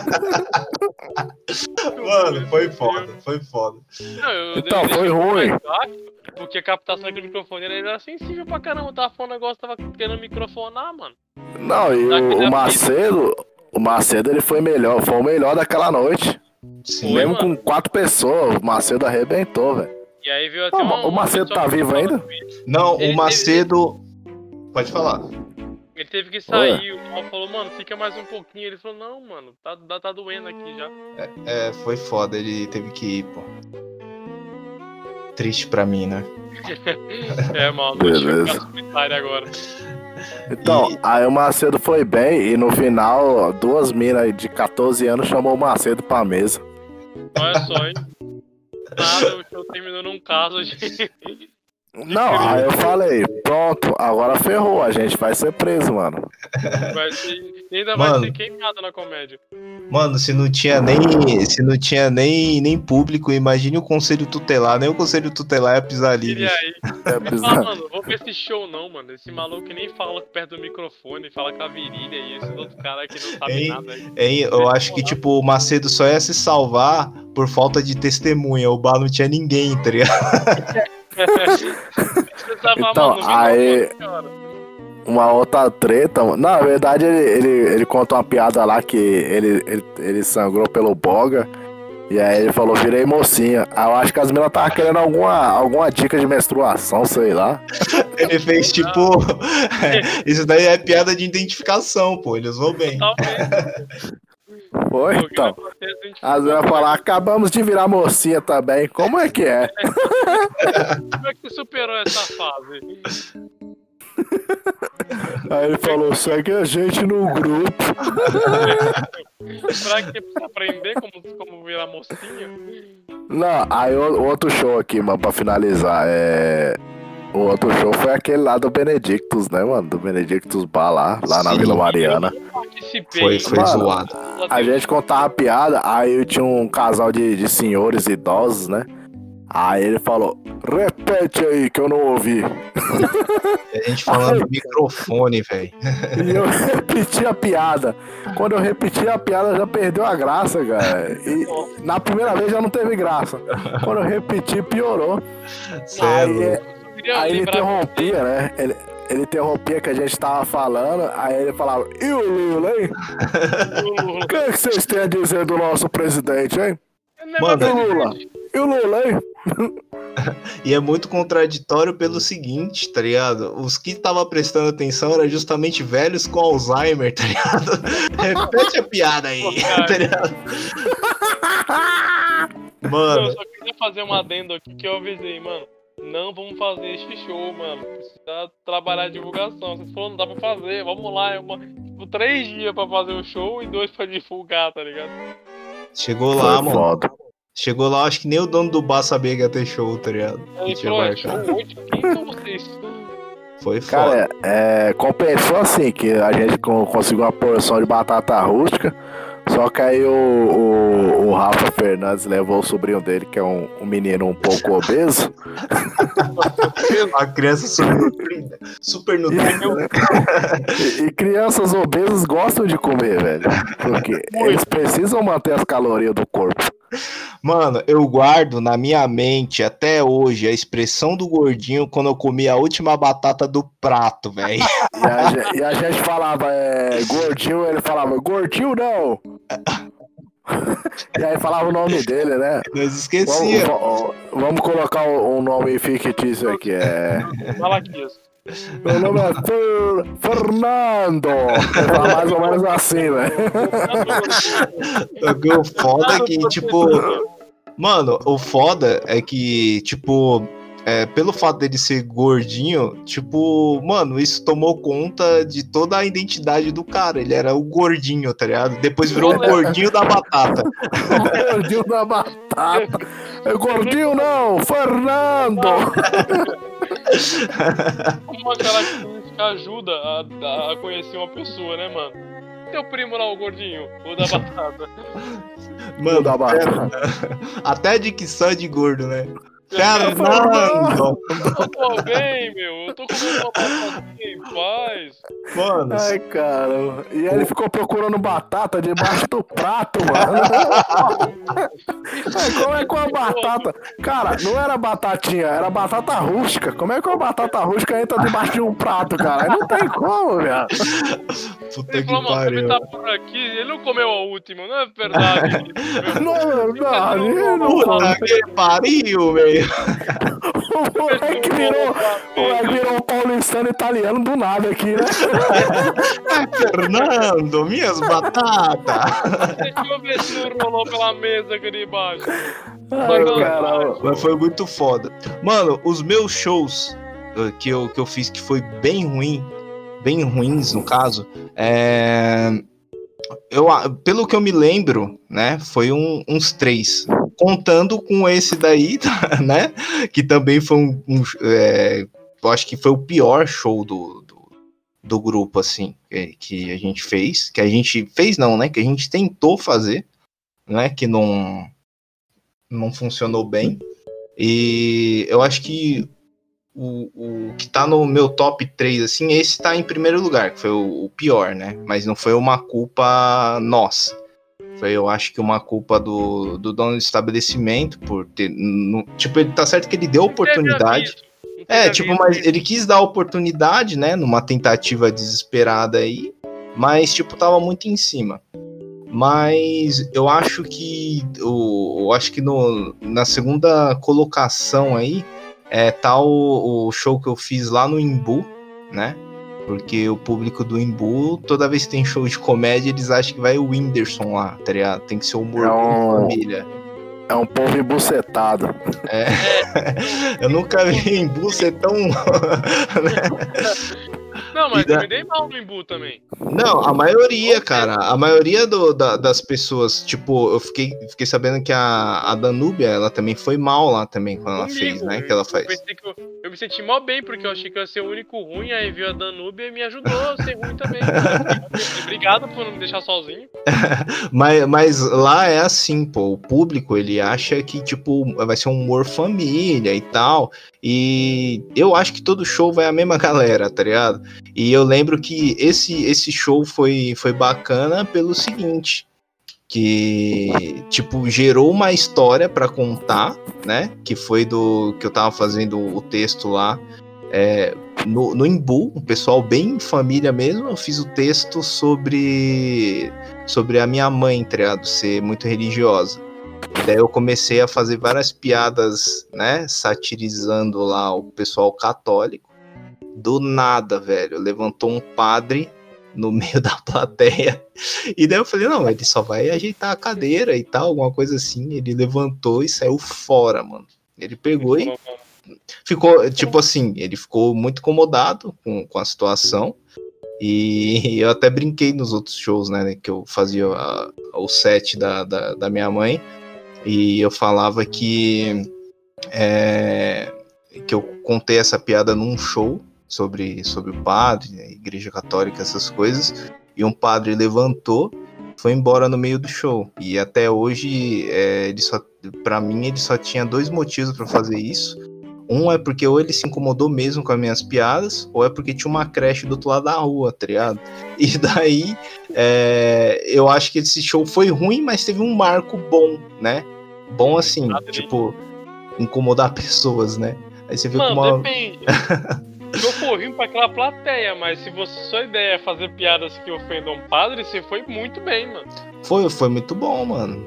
Mano, foi foda, foi foda. Não, Então, foi ruim. Porque a captação daquele microfone era sensível pra caramba. Tava falando um negócio, tava querendo microfonar, mano. Não, e o Macedo ele foi o melhor daquela noite. Sim, Mesmo mano. com 4 pessoas, o Macedo arrebentou, velho. E aí veio até O Macedo tá vivo ainda? Não, Ele o Macedo. Pode falar. Ele teve que sair, o Mal falou, mano, fica mais um pouquinho. Ele falou, não, mano, tá doendo aqui já. É, foi foda, ele teve que ir, pô. Triste pra mim, né? Mano, Beleza. vou comentário agora. Então, aí o Macedo foi bem e no final, 2 minas de 14 anos chamou o Macedo pra mesa. Olha só, hein? Nada, o show terminou num caso de... Não, aí eu falei, pronto, agora ferrou, a gente vai ser preso, mano. Ainda Mano. vai ser queimado na comédia. Mano, se não tinha nem público, imagine o conselho tutelar. Nem o conselho tutelar ia pisar ali, E bicho. aí? É Ah, bizarro. mano, vou ver esse show não, mano. Esse maluco que nem fala perto do microfone, fala com a virilha e esses outros caras que não sabem Hein? nada. Aí. Hein, eu acho que, tipo, o Macedo só ia se salvar por falta de testemunha. O bar não tinha ninguém, tá ligado? Você tava, Então, mano, no aí- microfone, cara. Uma outra treta, mano. Na verdade, ele conta uma piada lá que ele sangrou pelo boga. E aí ele falou, virei mocinha. Aí eu acho que as meninas estavam querendo alguma dica de menstruação, sei lá. Ele fez, tipo... Isso daí é piada de identificação, pô. Ele usou bem. Talvez. Foi, Porque então. vai acontecer, a gente As meninas falaram, acabamos de virar mocinha também. Como é que é? Como é que você superou essa fase? Aí ele falou, segue a gente no grupo. Será que precisa aprender como virar mocinha? Não, aí o outro show aqui, mano, pra finalizar, o outro show foi aquele lá do Benedictus, né, mano? Do Benedictus Bar lá na Sim. Vila Mariana. Eu participei. Foi Mano, zoado. A gente contava piada, aí tinha um casal de senhores idosos, né? Aí ele falou, repete aí que eu não ouvi. A gente falando no microfone, velho. E eu repeti a piada. Quando eu repeti a piada, já perdeu a graça, cara. E na primeira vez já não teve graça. Quando eu repeti, piorou. Sério. Aí ele interrompia, né? ele interrompia que a gente tava falando, aí ele falava, e o Lula, hein? O que vocês têm a dizer do nosso presidente, hein? Mano, E o Lula, hein? E é muito contraditório pelo seguinte, tá ligado? Os que tava prestando atenção eram justamente velhos com Alzheimer, tá ligado? Repete a piada aí, tá ligado? Mano. Eu só queria fazer um adendo aqui que eu avisei, mano. Não vamos fazer esse show, mano. Precisa trabalhar a divulgação. Vocês falaram, não dá pra fazer, vamos lá. Tipo, 3 dias pra fazer o show e 2 pra divulgar, tá ligado? Chegou lá, Foi mano. foda. Chegou lá, acho que nem o dono do bar sabia que ia ter show, tá ligado? Aí Que tinha falou, marcado. show hoje? Quem são vocês? Foi foda. Cara, compensou assim, que a gente conseguiu uma porção de batata rústica, só que aí o Rafa Fernandes levou o sobrinho dele, que é um menino um pouco obeso. A criança super nutrida. E crianças obesas gostam de comer, velho. Porque eles precisam manter as calorias do corpo. Mano, eu guardo na minha mente até hoje a expressão do gordinho quando eu comi a última batata do prato, velho. E a gente falava, gordinho, ele falava, gordinho não! E aí falava o nome dele, né? Nós esquecia. Vamos colocar um nome fictício aqui, Malaquias. Meu nome é Fernando! Ele fala mais ou menos assim, velho. O foda é que, tipo... Mano, o foda é que, tipo... pelo fato dele ser gordinho, tipo... Mano, isso tomou conta de toda a identidade do cara. Ele era o gordinho, tá ligado? Depois virou o gordinho da batata. O gordinho da batata. É gordinho não, Fernando! Uma característica ajuda a conhecer uma pessoa, né, mano? Teu primo lá, o gordinho, o da batata. Mano, da batata. Até a dicção é de gordo, né? Fernando! Eu tô bem, meu. Eu tô comendo uma batatinha em paz. Mano, Ai, cara. E aí ele ficou procurando batata debaixo do prato, mano. Como é que uma batata... Cara, não era batatinha, era batata rústica. Como é que uma batata rústica entra debaixo de um prato, cara? Não tem como, velho. puta Ele que falou, mano, ele pariu. tá por aqui, ele não comeu a última, não é verdade? Não é verdade, não. Puta que pariu, velho. O moleque virou um paulistano italiano do nada aqui, né? Fernando, minhas batatas. Deixa eu ver se não rolou pela mesa aqui de baixo. Ai, caralho. Mas foi muito foda. Mano, os meus shows que eu fiz que foi bem ruins no caso, pelo que eu me lembro, né, foi uns 3. Contando com esse daí, né, que também foi eu acho que foi o pior show do grupo, assim, que a gente fez. Que a gente fez não, né, que a gente tentou fazer, né, que não funcionou bem. E eu acho que o que tá no meu top 3, assim, esse tá em primeiro lugar, que foi o pior, né? Mas não foi uma culpa nossa. Foi, eu acho que uma culpa do dono do estabelecimento, por ter... tipo, ele tá certo que ele deu oportunidade. Mas ele quis dar oportunidade, né? Numa tentativa desesperada aí. Mas, tipo, tava muito em cima. Mas eu acho que na segunda colocação aí tá o show que eu fiz lá no Imbu, né? Porque o público do Imbu, toda vez que tem show de comédia, eles acham que vai o Whindersson lá, tá ligado? Tem que ser o humor com família. É um povo embucetado. Eu nunca vi Imbu ser tão... Não, mas eu me dei mal no Imbu também. Não, a maioria, cara. A maioria das pessoas, tipo, eu fiquei sabendo que a Danúbia, ela também foi mal lá também quando ela fez, né? Que ela faz. Eu me senti mal bem, porque eu achei que eu ia ser o único ruim, aí viu a Danúbia e me ajudou a ser ruim também. Obrigado por não me deixar sozinho. Mas lá é assim, pô. O público, ele acha que, tipo, vai ser um humor família e tal. E eu acho que todo show vai a mesma galera, tá ligado? E eu lembro que esse show foi bacana pelo seguinte, que, tipo, gerou uma história pra contar, né? Que foi que eu tava fazendo o texto lá, no Imbu, um pessoal bem família mesmo, eu fiz o texto sobre a minha mãe, tá ligado? Ser muito religiosa. E daí eu comecei a fazer várias piadas, né, satirizando lá o pessoal católico. Do nada, velho, levantou um padre no meio da plateia. E daí eu falei, não, ele só vai ajeitar a cadeira e tal, alguma coisa assim. Ele levantou e saiu fora, mano. Ele pegou e ficou, tipo assim, ele ficou muito incomodado com a situação. E eu até brinquei nos outros shows, né, que eu fazia o set da minha mãe. E eu falava que eu contei essa piada num show sobre o padre, a igreja católica, essas coisas, e um padre levantou, foi embora no meio do show, e até hoje, pra mim, ele só tinha 2 motivos pra fazer isso. Um é porque ou ele se incomodou mesmo com as minhas piadas, ou é porque tinha uma creche do outro lado da rua, tá ligado? E daí, eu acho que esse show foi ruim, mas teve um marco bom, né? Bom assim, tipo, incomodar pessoas, né? Aí você vê como depende. Se eu for ruim pra aquela plateia, mas se sua ideia é fazer piadas que ofendam um padre, você foi muito bem, mano. Foi muito bom, mano.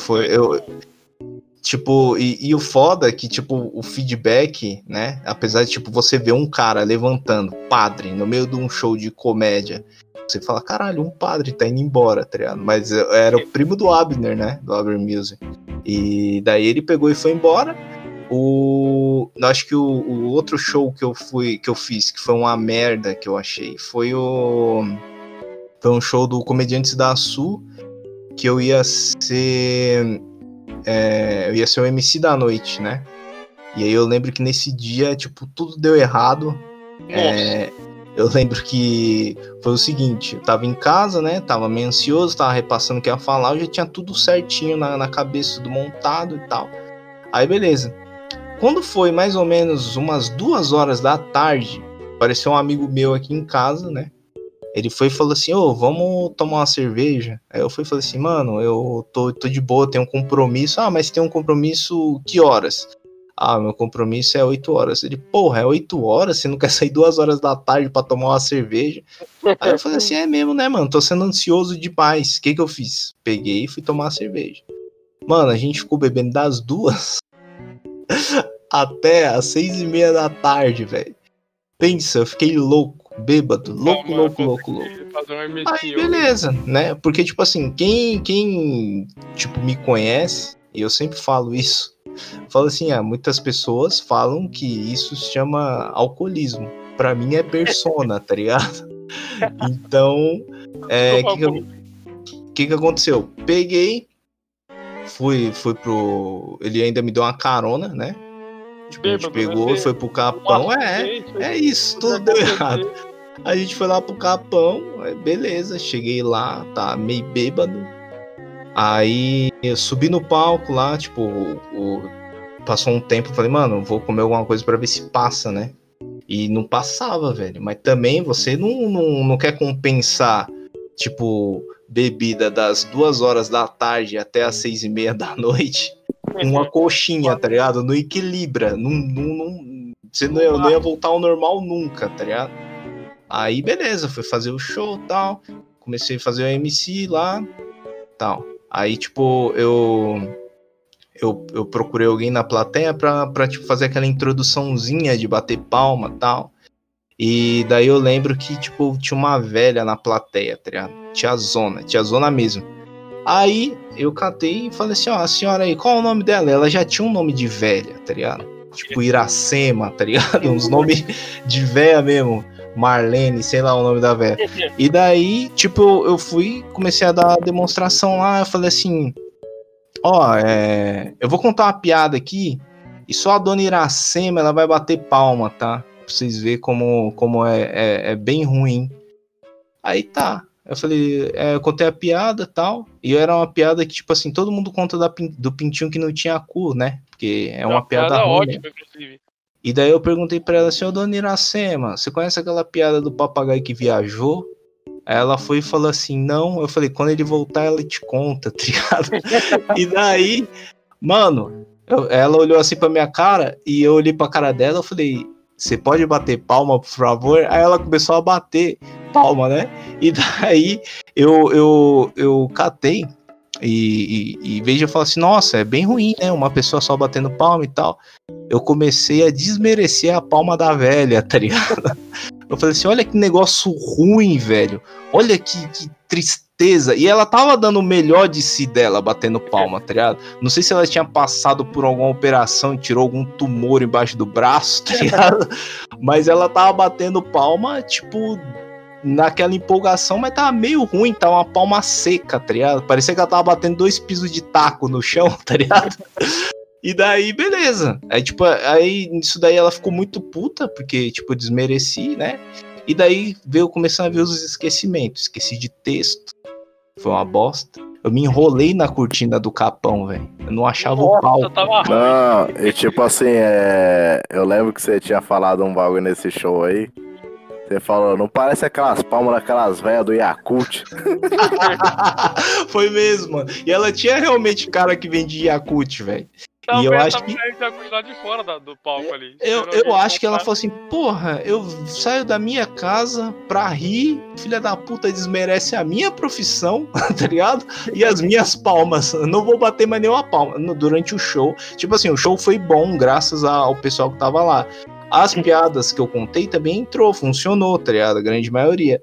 Tipo, e o foda é que, tipo, o feedback, né? Apesar de, tipo, você ver um cara levantando, padre, no meio de um show de comédia, você fala, caralho, um padre tá indo embora, tá ligado? Mas era o primo do Abner, né? Do Abner Music. E daí ele pegou e foi embora. Acho que o outro show que eu fiz, que foi uma merda que eu achei, foi um show do Comediantes da Sul, que eu ia ser o MC da noite, né? E aí eu lembro que nesse dia, tipo, tudo deu errado. Eu lembro que foi o seguinte, eu tava em casa, né? Tava meio ansioso, tava repassando o que ia falar, eu já tinha tudo certinho na cabeça, tudo montado e tal. Aí beleza. Quando foi mais ou menos umas 2 horas da tarde, apareceu um amigo meu aqui em casa, né? Ele foi e falou assim, vamos tomar uma cerveja? Aí eu fui e falei assim, mano, eu tô de boa, tenho um compromisso. Ah, mas tem um compromisso que horas? Ah, meu compromisso é 8 horas. Ele, porra, é 8 horas? Você não quer sair 2 horas da tarde pra tomar uma cerveja? Aí eu falei assim, é mesmo, né, mano? Tô sendo ansioso demais. O que eu fiz? Peguei e fui tomar uma cerveja. Mano, a gente ficou bebendo das 2 até as 6:30 da tarde, velho. Pensa, eu fiquei louco, bêbado, louco. Aí, beleza, né? Porque, tipo assim, quem tipo, me conhece, e eu sempre falo isso, falo assim, muitas pessoas falam que isso se chama alcoolismo. Pra mim é persona, tá ligado? Então, que aconteceu? Peguei, fui pro... Ele ainda me deu uma carona, né? Tipo, a gente pegou e foi pro Capão. É isso, tudo deu errado. A gente foi lá pro Capão, beleza, cheguei lá, tá meio bêbado. Aí eu subi no palco lá, tipo, passou um tempo, eu falei, mano, vou comer alguma coisa pra ver se passa, né? E não passava, velho. Mas também você não quer compensar, tipo, bebida das 2 horas da tarde até as 6:30 da noite. Uma coxinha, tá ligado? Não equilibra. Você não ia voltar ao normal nunca, tá ligado? Aí, beleza, fui fazer o show e tal. Comecei a fazer o MC lá tal. Aí, tipo, eu procurei alguém na plateia pra tipo, fazer aquela introduçãozinha de bater palma e tal. E daí eu lembro que, tipo, tinha uma velha na plateia, tá ligado? Tiazona mesmo. Aí eu catei e falei assim, a senhora aí, qual é o nome dela? Ela já tinha um nome de velha, tá ligado? Tipo Iracema, tá ligado? Uns nomes de velha mesmo. Marlene, sei lá o nome da velha. E daí, tipo, eu comecei a dar a demonstração lá, eu falei assim, eu vou contar uma piada aqui, e só a dona Iracema, ela vai bater palma, tá? Pra vocês verem como é bem ruim. Aí tá. Eu falei, eu contei a piada e tal, e era uma piada que, tipo assim, todo mundo conta do pintinho que não tinha cu, né? Porque é uma piada ruim, ótima, né? Inclusive. E daí eu perguntei pra ela assim, dona Iracema, você conhece aquela piada do papagaio que viajou? Aí ela foi e falou assim, não. Eu falei, quando ele voltar, ela te conta, tá ligado? E daí, mano, ela olhou assim pra minha cara, e eu olhei pra cara dela, eu falei, você pode bater palma, por favor? Aí ela começou a bater palma, né? E daí eu catei e em vez de eu falar assim, nossa, é bem ruim, né? Uma pessoa só batendo palma e tal. Eu comecei a desmerecer a palma da velha, tá ligado? Eu falei assim, olha que negócio ruim, velho. Olha que tristeza. E ela tava dando o melhor de si dela, batendo palma, tá ligado? Não sei se ela tinha passado por alguma operação e tirou algum tumor embaixo do braço, tá ligado? Mas ela tava batendo palma, tipo, naquela empolgação, mas tava meio ruim, tava uma palma seca, tá ligado? Parecia que ela tava batendo 2 pisos de taco no chão, tá ligado? E daí, beleza. Aí, tipo, nisso daí ela ficou muito puta, porque, tipo, eu desmereci, né? E daí veio começando a ver os esquecimentos. Esqueci de texto. Foi uma bosta. Eu me enrolei na cortina do Capão, velho. Eu não achava o pau. Não, e tipo assim, eu lembro que você tinha falado um bagulho nesse show aí. Você falou, não parece aquelas palmas daquelas velhas do Yakult. Foi mesmo, mano. E ela tinha realmente cara que vendia Yakult, velho. E eu acho que lá de fora do palco ali. Eu acho que ela falou assim, porra, eu saio da minha casa pra rir, filha da puta desmerece a minha profissão, tá ligado? E as minhas palmas, eu não vou bater mais nenhuma palma durante o show. Tipo assim, o show foi bom graças ao pessoal que tava lá. As piadas que eu contei também funcionou, tá ligado? A grande maioria.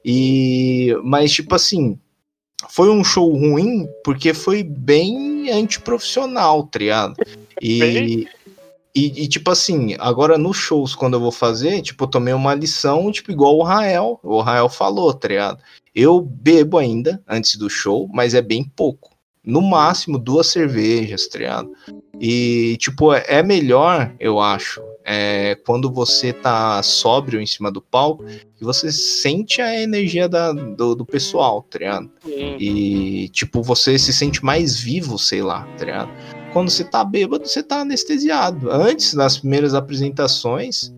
Mas tipo assim, foi um show ruim porque foi bem antiprofissional, tá ligado? E tipo assim, agora nos shows, quando eu vou fazer, tipo, eu tomei uma lição, tipo, igual o Rael falou, tá ligado? Eu bebo ainda antes do show, mas é bem pouco. No máximo 2 cervejas, tá ligado? E, tipo, é melhor, eu acho, quando você tá sóbrio em cima do palco, e você sente a energia do pessoal, tá ligado? E, tipo, você se sente mais vivo, sei lá, tá ligado? Quando você tá bêbado, você tá anestesiado. Antes, nas primeiras apresentações,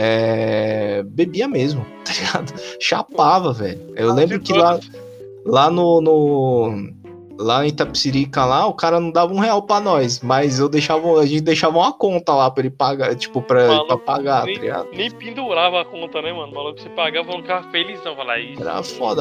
bebia mesmo, tá ligado? Chapava, velho. Eu lembro que lá em Itapecerica, lá, o cara não dava R$1 pra nós, mas a gente deixava uma conta lá pra ele pagar, tipo, pra pagar, tá ligado? Nem pendurava a conta, né, mano? O maluco, você pagava, não ficava felizão, falar isso. Era foda,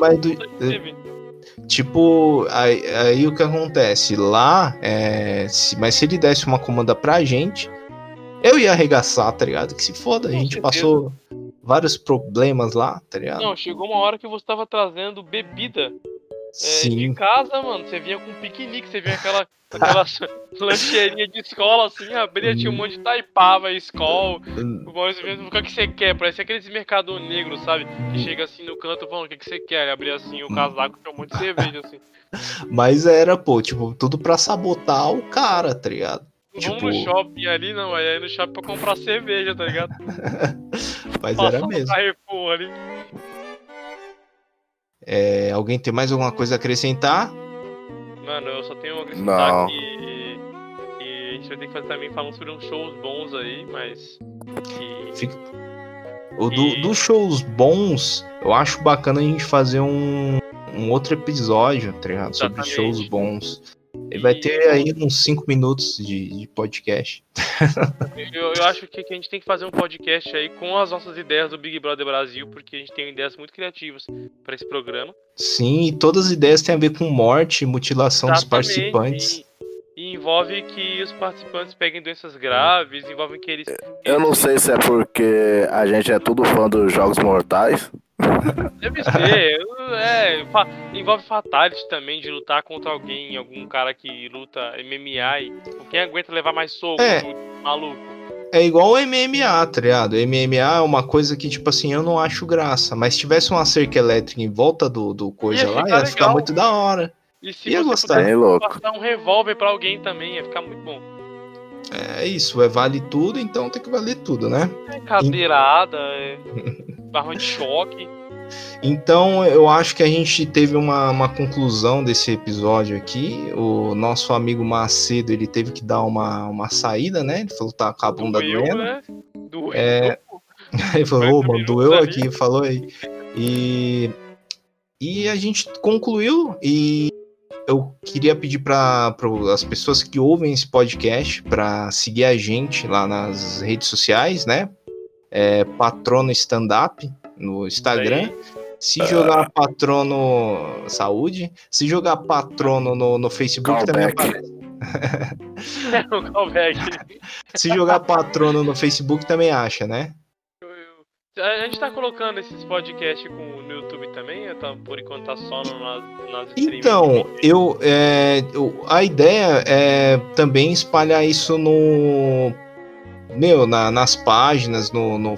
tipo, aí o que acontece? Lá, mas se ele desse uma comanda pra gente, eu ia arregaçar, tá ligado? Que se foda, a gente passou vários problemas lá, tá ligado? Não, chegou uma hora que você tava trazendo bebida. Sim. De casa, mano, você vinha com piquenique, você vinha aquela lancheirinha de escola, assim, abria, tinha um monte de Taipava, Skol, o que você quer? Parecia aqueles mercado negro, sabe? Que chega assim no canto falando, o que você quer? Abria assim o casaco, tinha um monte de cerveja, assim. Mas era, pô, tipo, tudo pra sabotar o cara, tá ligado? Vamos no shopping ali, não, aí no shopping pra comprar cerveja, tá ligado? Mas era mesmo. Ali. Alguém tem mais alguma coisa a acrescentar? Mano, eu só tenho a acrescentar que a gente vai ter que fazer também falando sobre uns shows bons aí, mas... Dos shows bons, eu acho bacana a gente fazer um outro episódio, tá ligado? Sobre shows bons. Ele vai ter aí uns 5 minutos de podcast. Eu acho que a gente tem que fazer um podcast aí com as nossas ideias do Big Brother Brasil, porque a gente tem ideias muito criativas para esse programa. Sim, e todas as ideias têm a ver com morte e mutilação dos participantes. E envolve que os participantes peguem doenças graves, envolve que eles... Eu não sei se é porque a gente é tudo fã dos Jogos Mortais. Deve ser, envolve fatality também, de lutar contra alguém, algum cara que luta MMA e quem aguenta levar mais soco, maluco. É igual o MMA, tá ligado? MMA é uma coisa que, tipo assim, eu não acho graça, mas se tivesse uma cerca elétrica em volta do coisa lá, ia ficar muito da hora. E se ia você gostar. passar um revólver pra alguém também, ia ficar muito bom. É isso, vale tudo, então tem que valer tudo, né? Cadeirada, barra de choque. Então eu acho que a gente teve uma conclusão desse episódio aqui. O nosso amigo Macedo, ele teve que dar uma saída, né? Ele falou que tá com a bunda doendo. Né? Ele falou, mano, doeu aqui, falou aí. E a gente concluiu e eu queria pedir para as pessoas que ouvem esse podcast para seguir a gente lá nas redes sociais, né? Patrono Stand-Up no Instagram. Se jogar Patrono Saúde, se jogar Patrono no Facebook também Callback. aparece. O callback. Se jogar Patrono no Facebook também acha, né? A gente tá colocando esses podcasts no YouTube também? Por enquanto tá só nas streams? Então, a ideia é também espalhar isso nas páginas,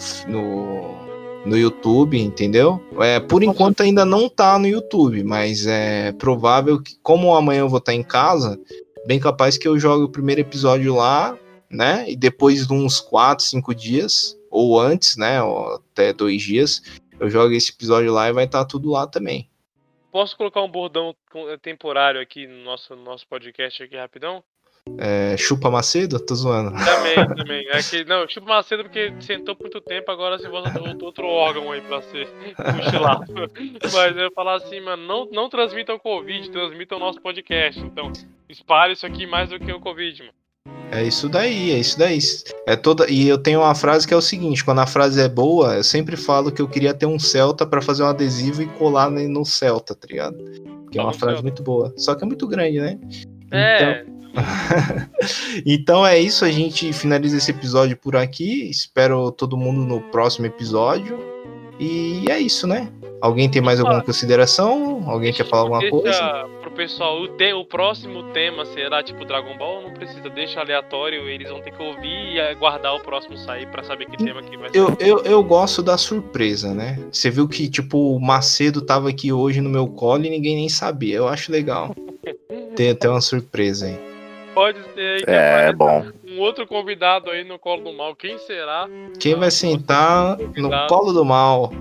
no YouTube, entendeu? Por enquanto ainda não tá no YouTube, mas é provável que, como amanhã eu vou estar em casa, bem capaz que eu jogue o primeiro episódio lá, né? E depois de uns 4, 5 dias, ou antes, né? Ou até 2 dias, eu jogo esse episódio lá e vai estar tudo lá também. Posso colocar um bordão temporário aqui no nosso podcast aqui rapidão? Chupa Macedo? Tô zoando. Também. Não, Chupa Macedo porque sentou por muito tempo, agora você volta outro órgão aí pra ser cochilado. Mas eu ia falar assim, mano, não transmitam o Covid, transmitam o nosso podcast. Então, espalhe isso aqui mais do que o Covid, mano. É isso daí. E eu tenho uma frase que é o seguinte: quando a frase é boa, eu sempre falo que eu queria ter um Celta pra fazer um adesivo e colar no Celta, tá ligado? Que é uma frase muito boa. Só que é muito grande, né? Então é isso, a gente finaliza esse episódio por aqui. Espero todo mundo no próximo episódio. E é isso, né? Alguém tem mais alguma consideração? Alguém quer falar alguma coisa? Pro pessoal, o próximo tema será tipo Dragon Ball? Não precisa, deixa aleatório, eles vão ter que ouvir e aguardar o próximo sair pra saber que tema que vai ser. Eu gosto da surpresa, né? Você viu que tipo o Macedo tava aqui hoje no meu colo e ninguém nem sabia. Eu acho legal ter uma surpresa aí. Pode ser aí É bom. Um outro convidado aí no colo do mal. Quem será? Quem vai sentar no colo do mal?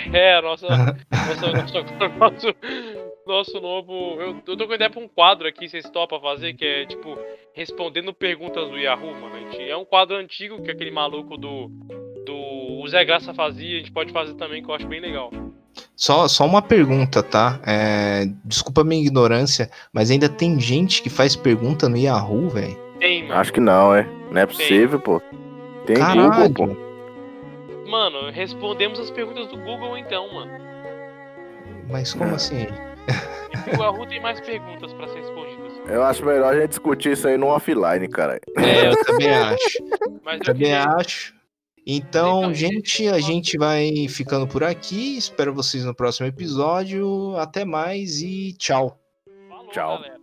Nosso novo. Eu tô com ideia pra um quadro aqui, vocês topam fazer, que é tipo respondendo perguntas do Yahoo, mano. É um quadro antigo que aquele maluco do o Zé Graça fazia, a gente pode fazer também, que eu acho bem legal. Só uma pergunta, tá? Desculpa a minha ignorância, mas ainda tem gente que faz pergunta no Yahoo, velho? Tem, mano. Acho que não, Não é possível, pô. Tem Caralho. Google, pô. Mano, respondemos as perguntas do Google então, mano. Mas como assim? O Yahoo tem mais perguntas pra ser respondidas. Eu acho melhor a gente discutir isso aí no offline, cara. Eu também acho. Mas acho. Então, gente, a gente vai ficando por aqui. Espero vocês no próximo episódio. Até mais e tchau. Falou, Tchau. galera.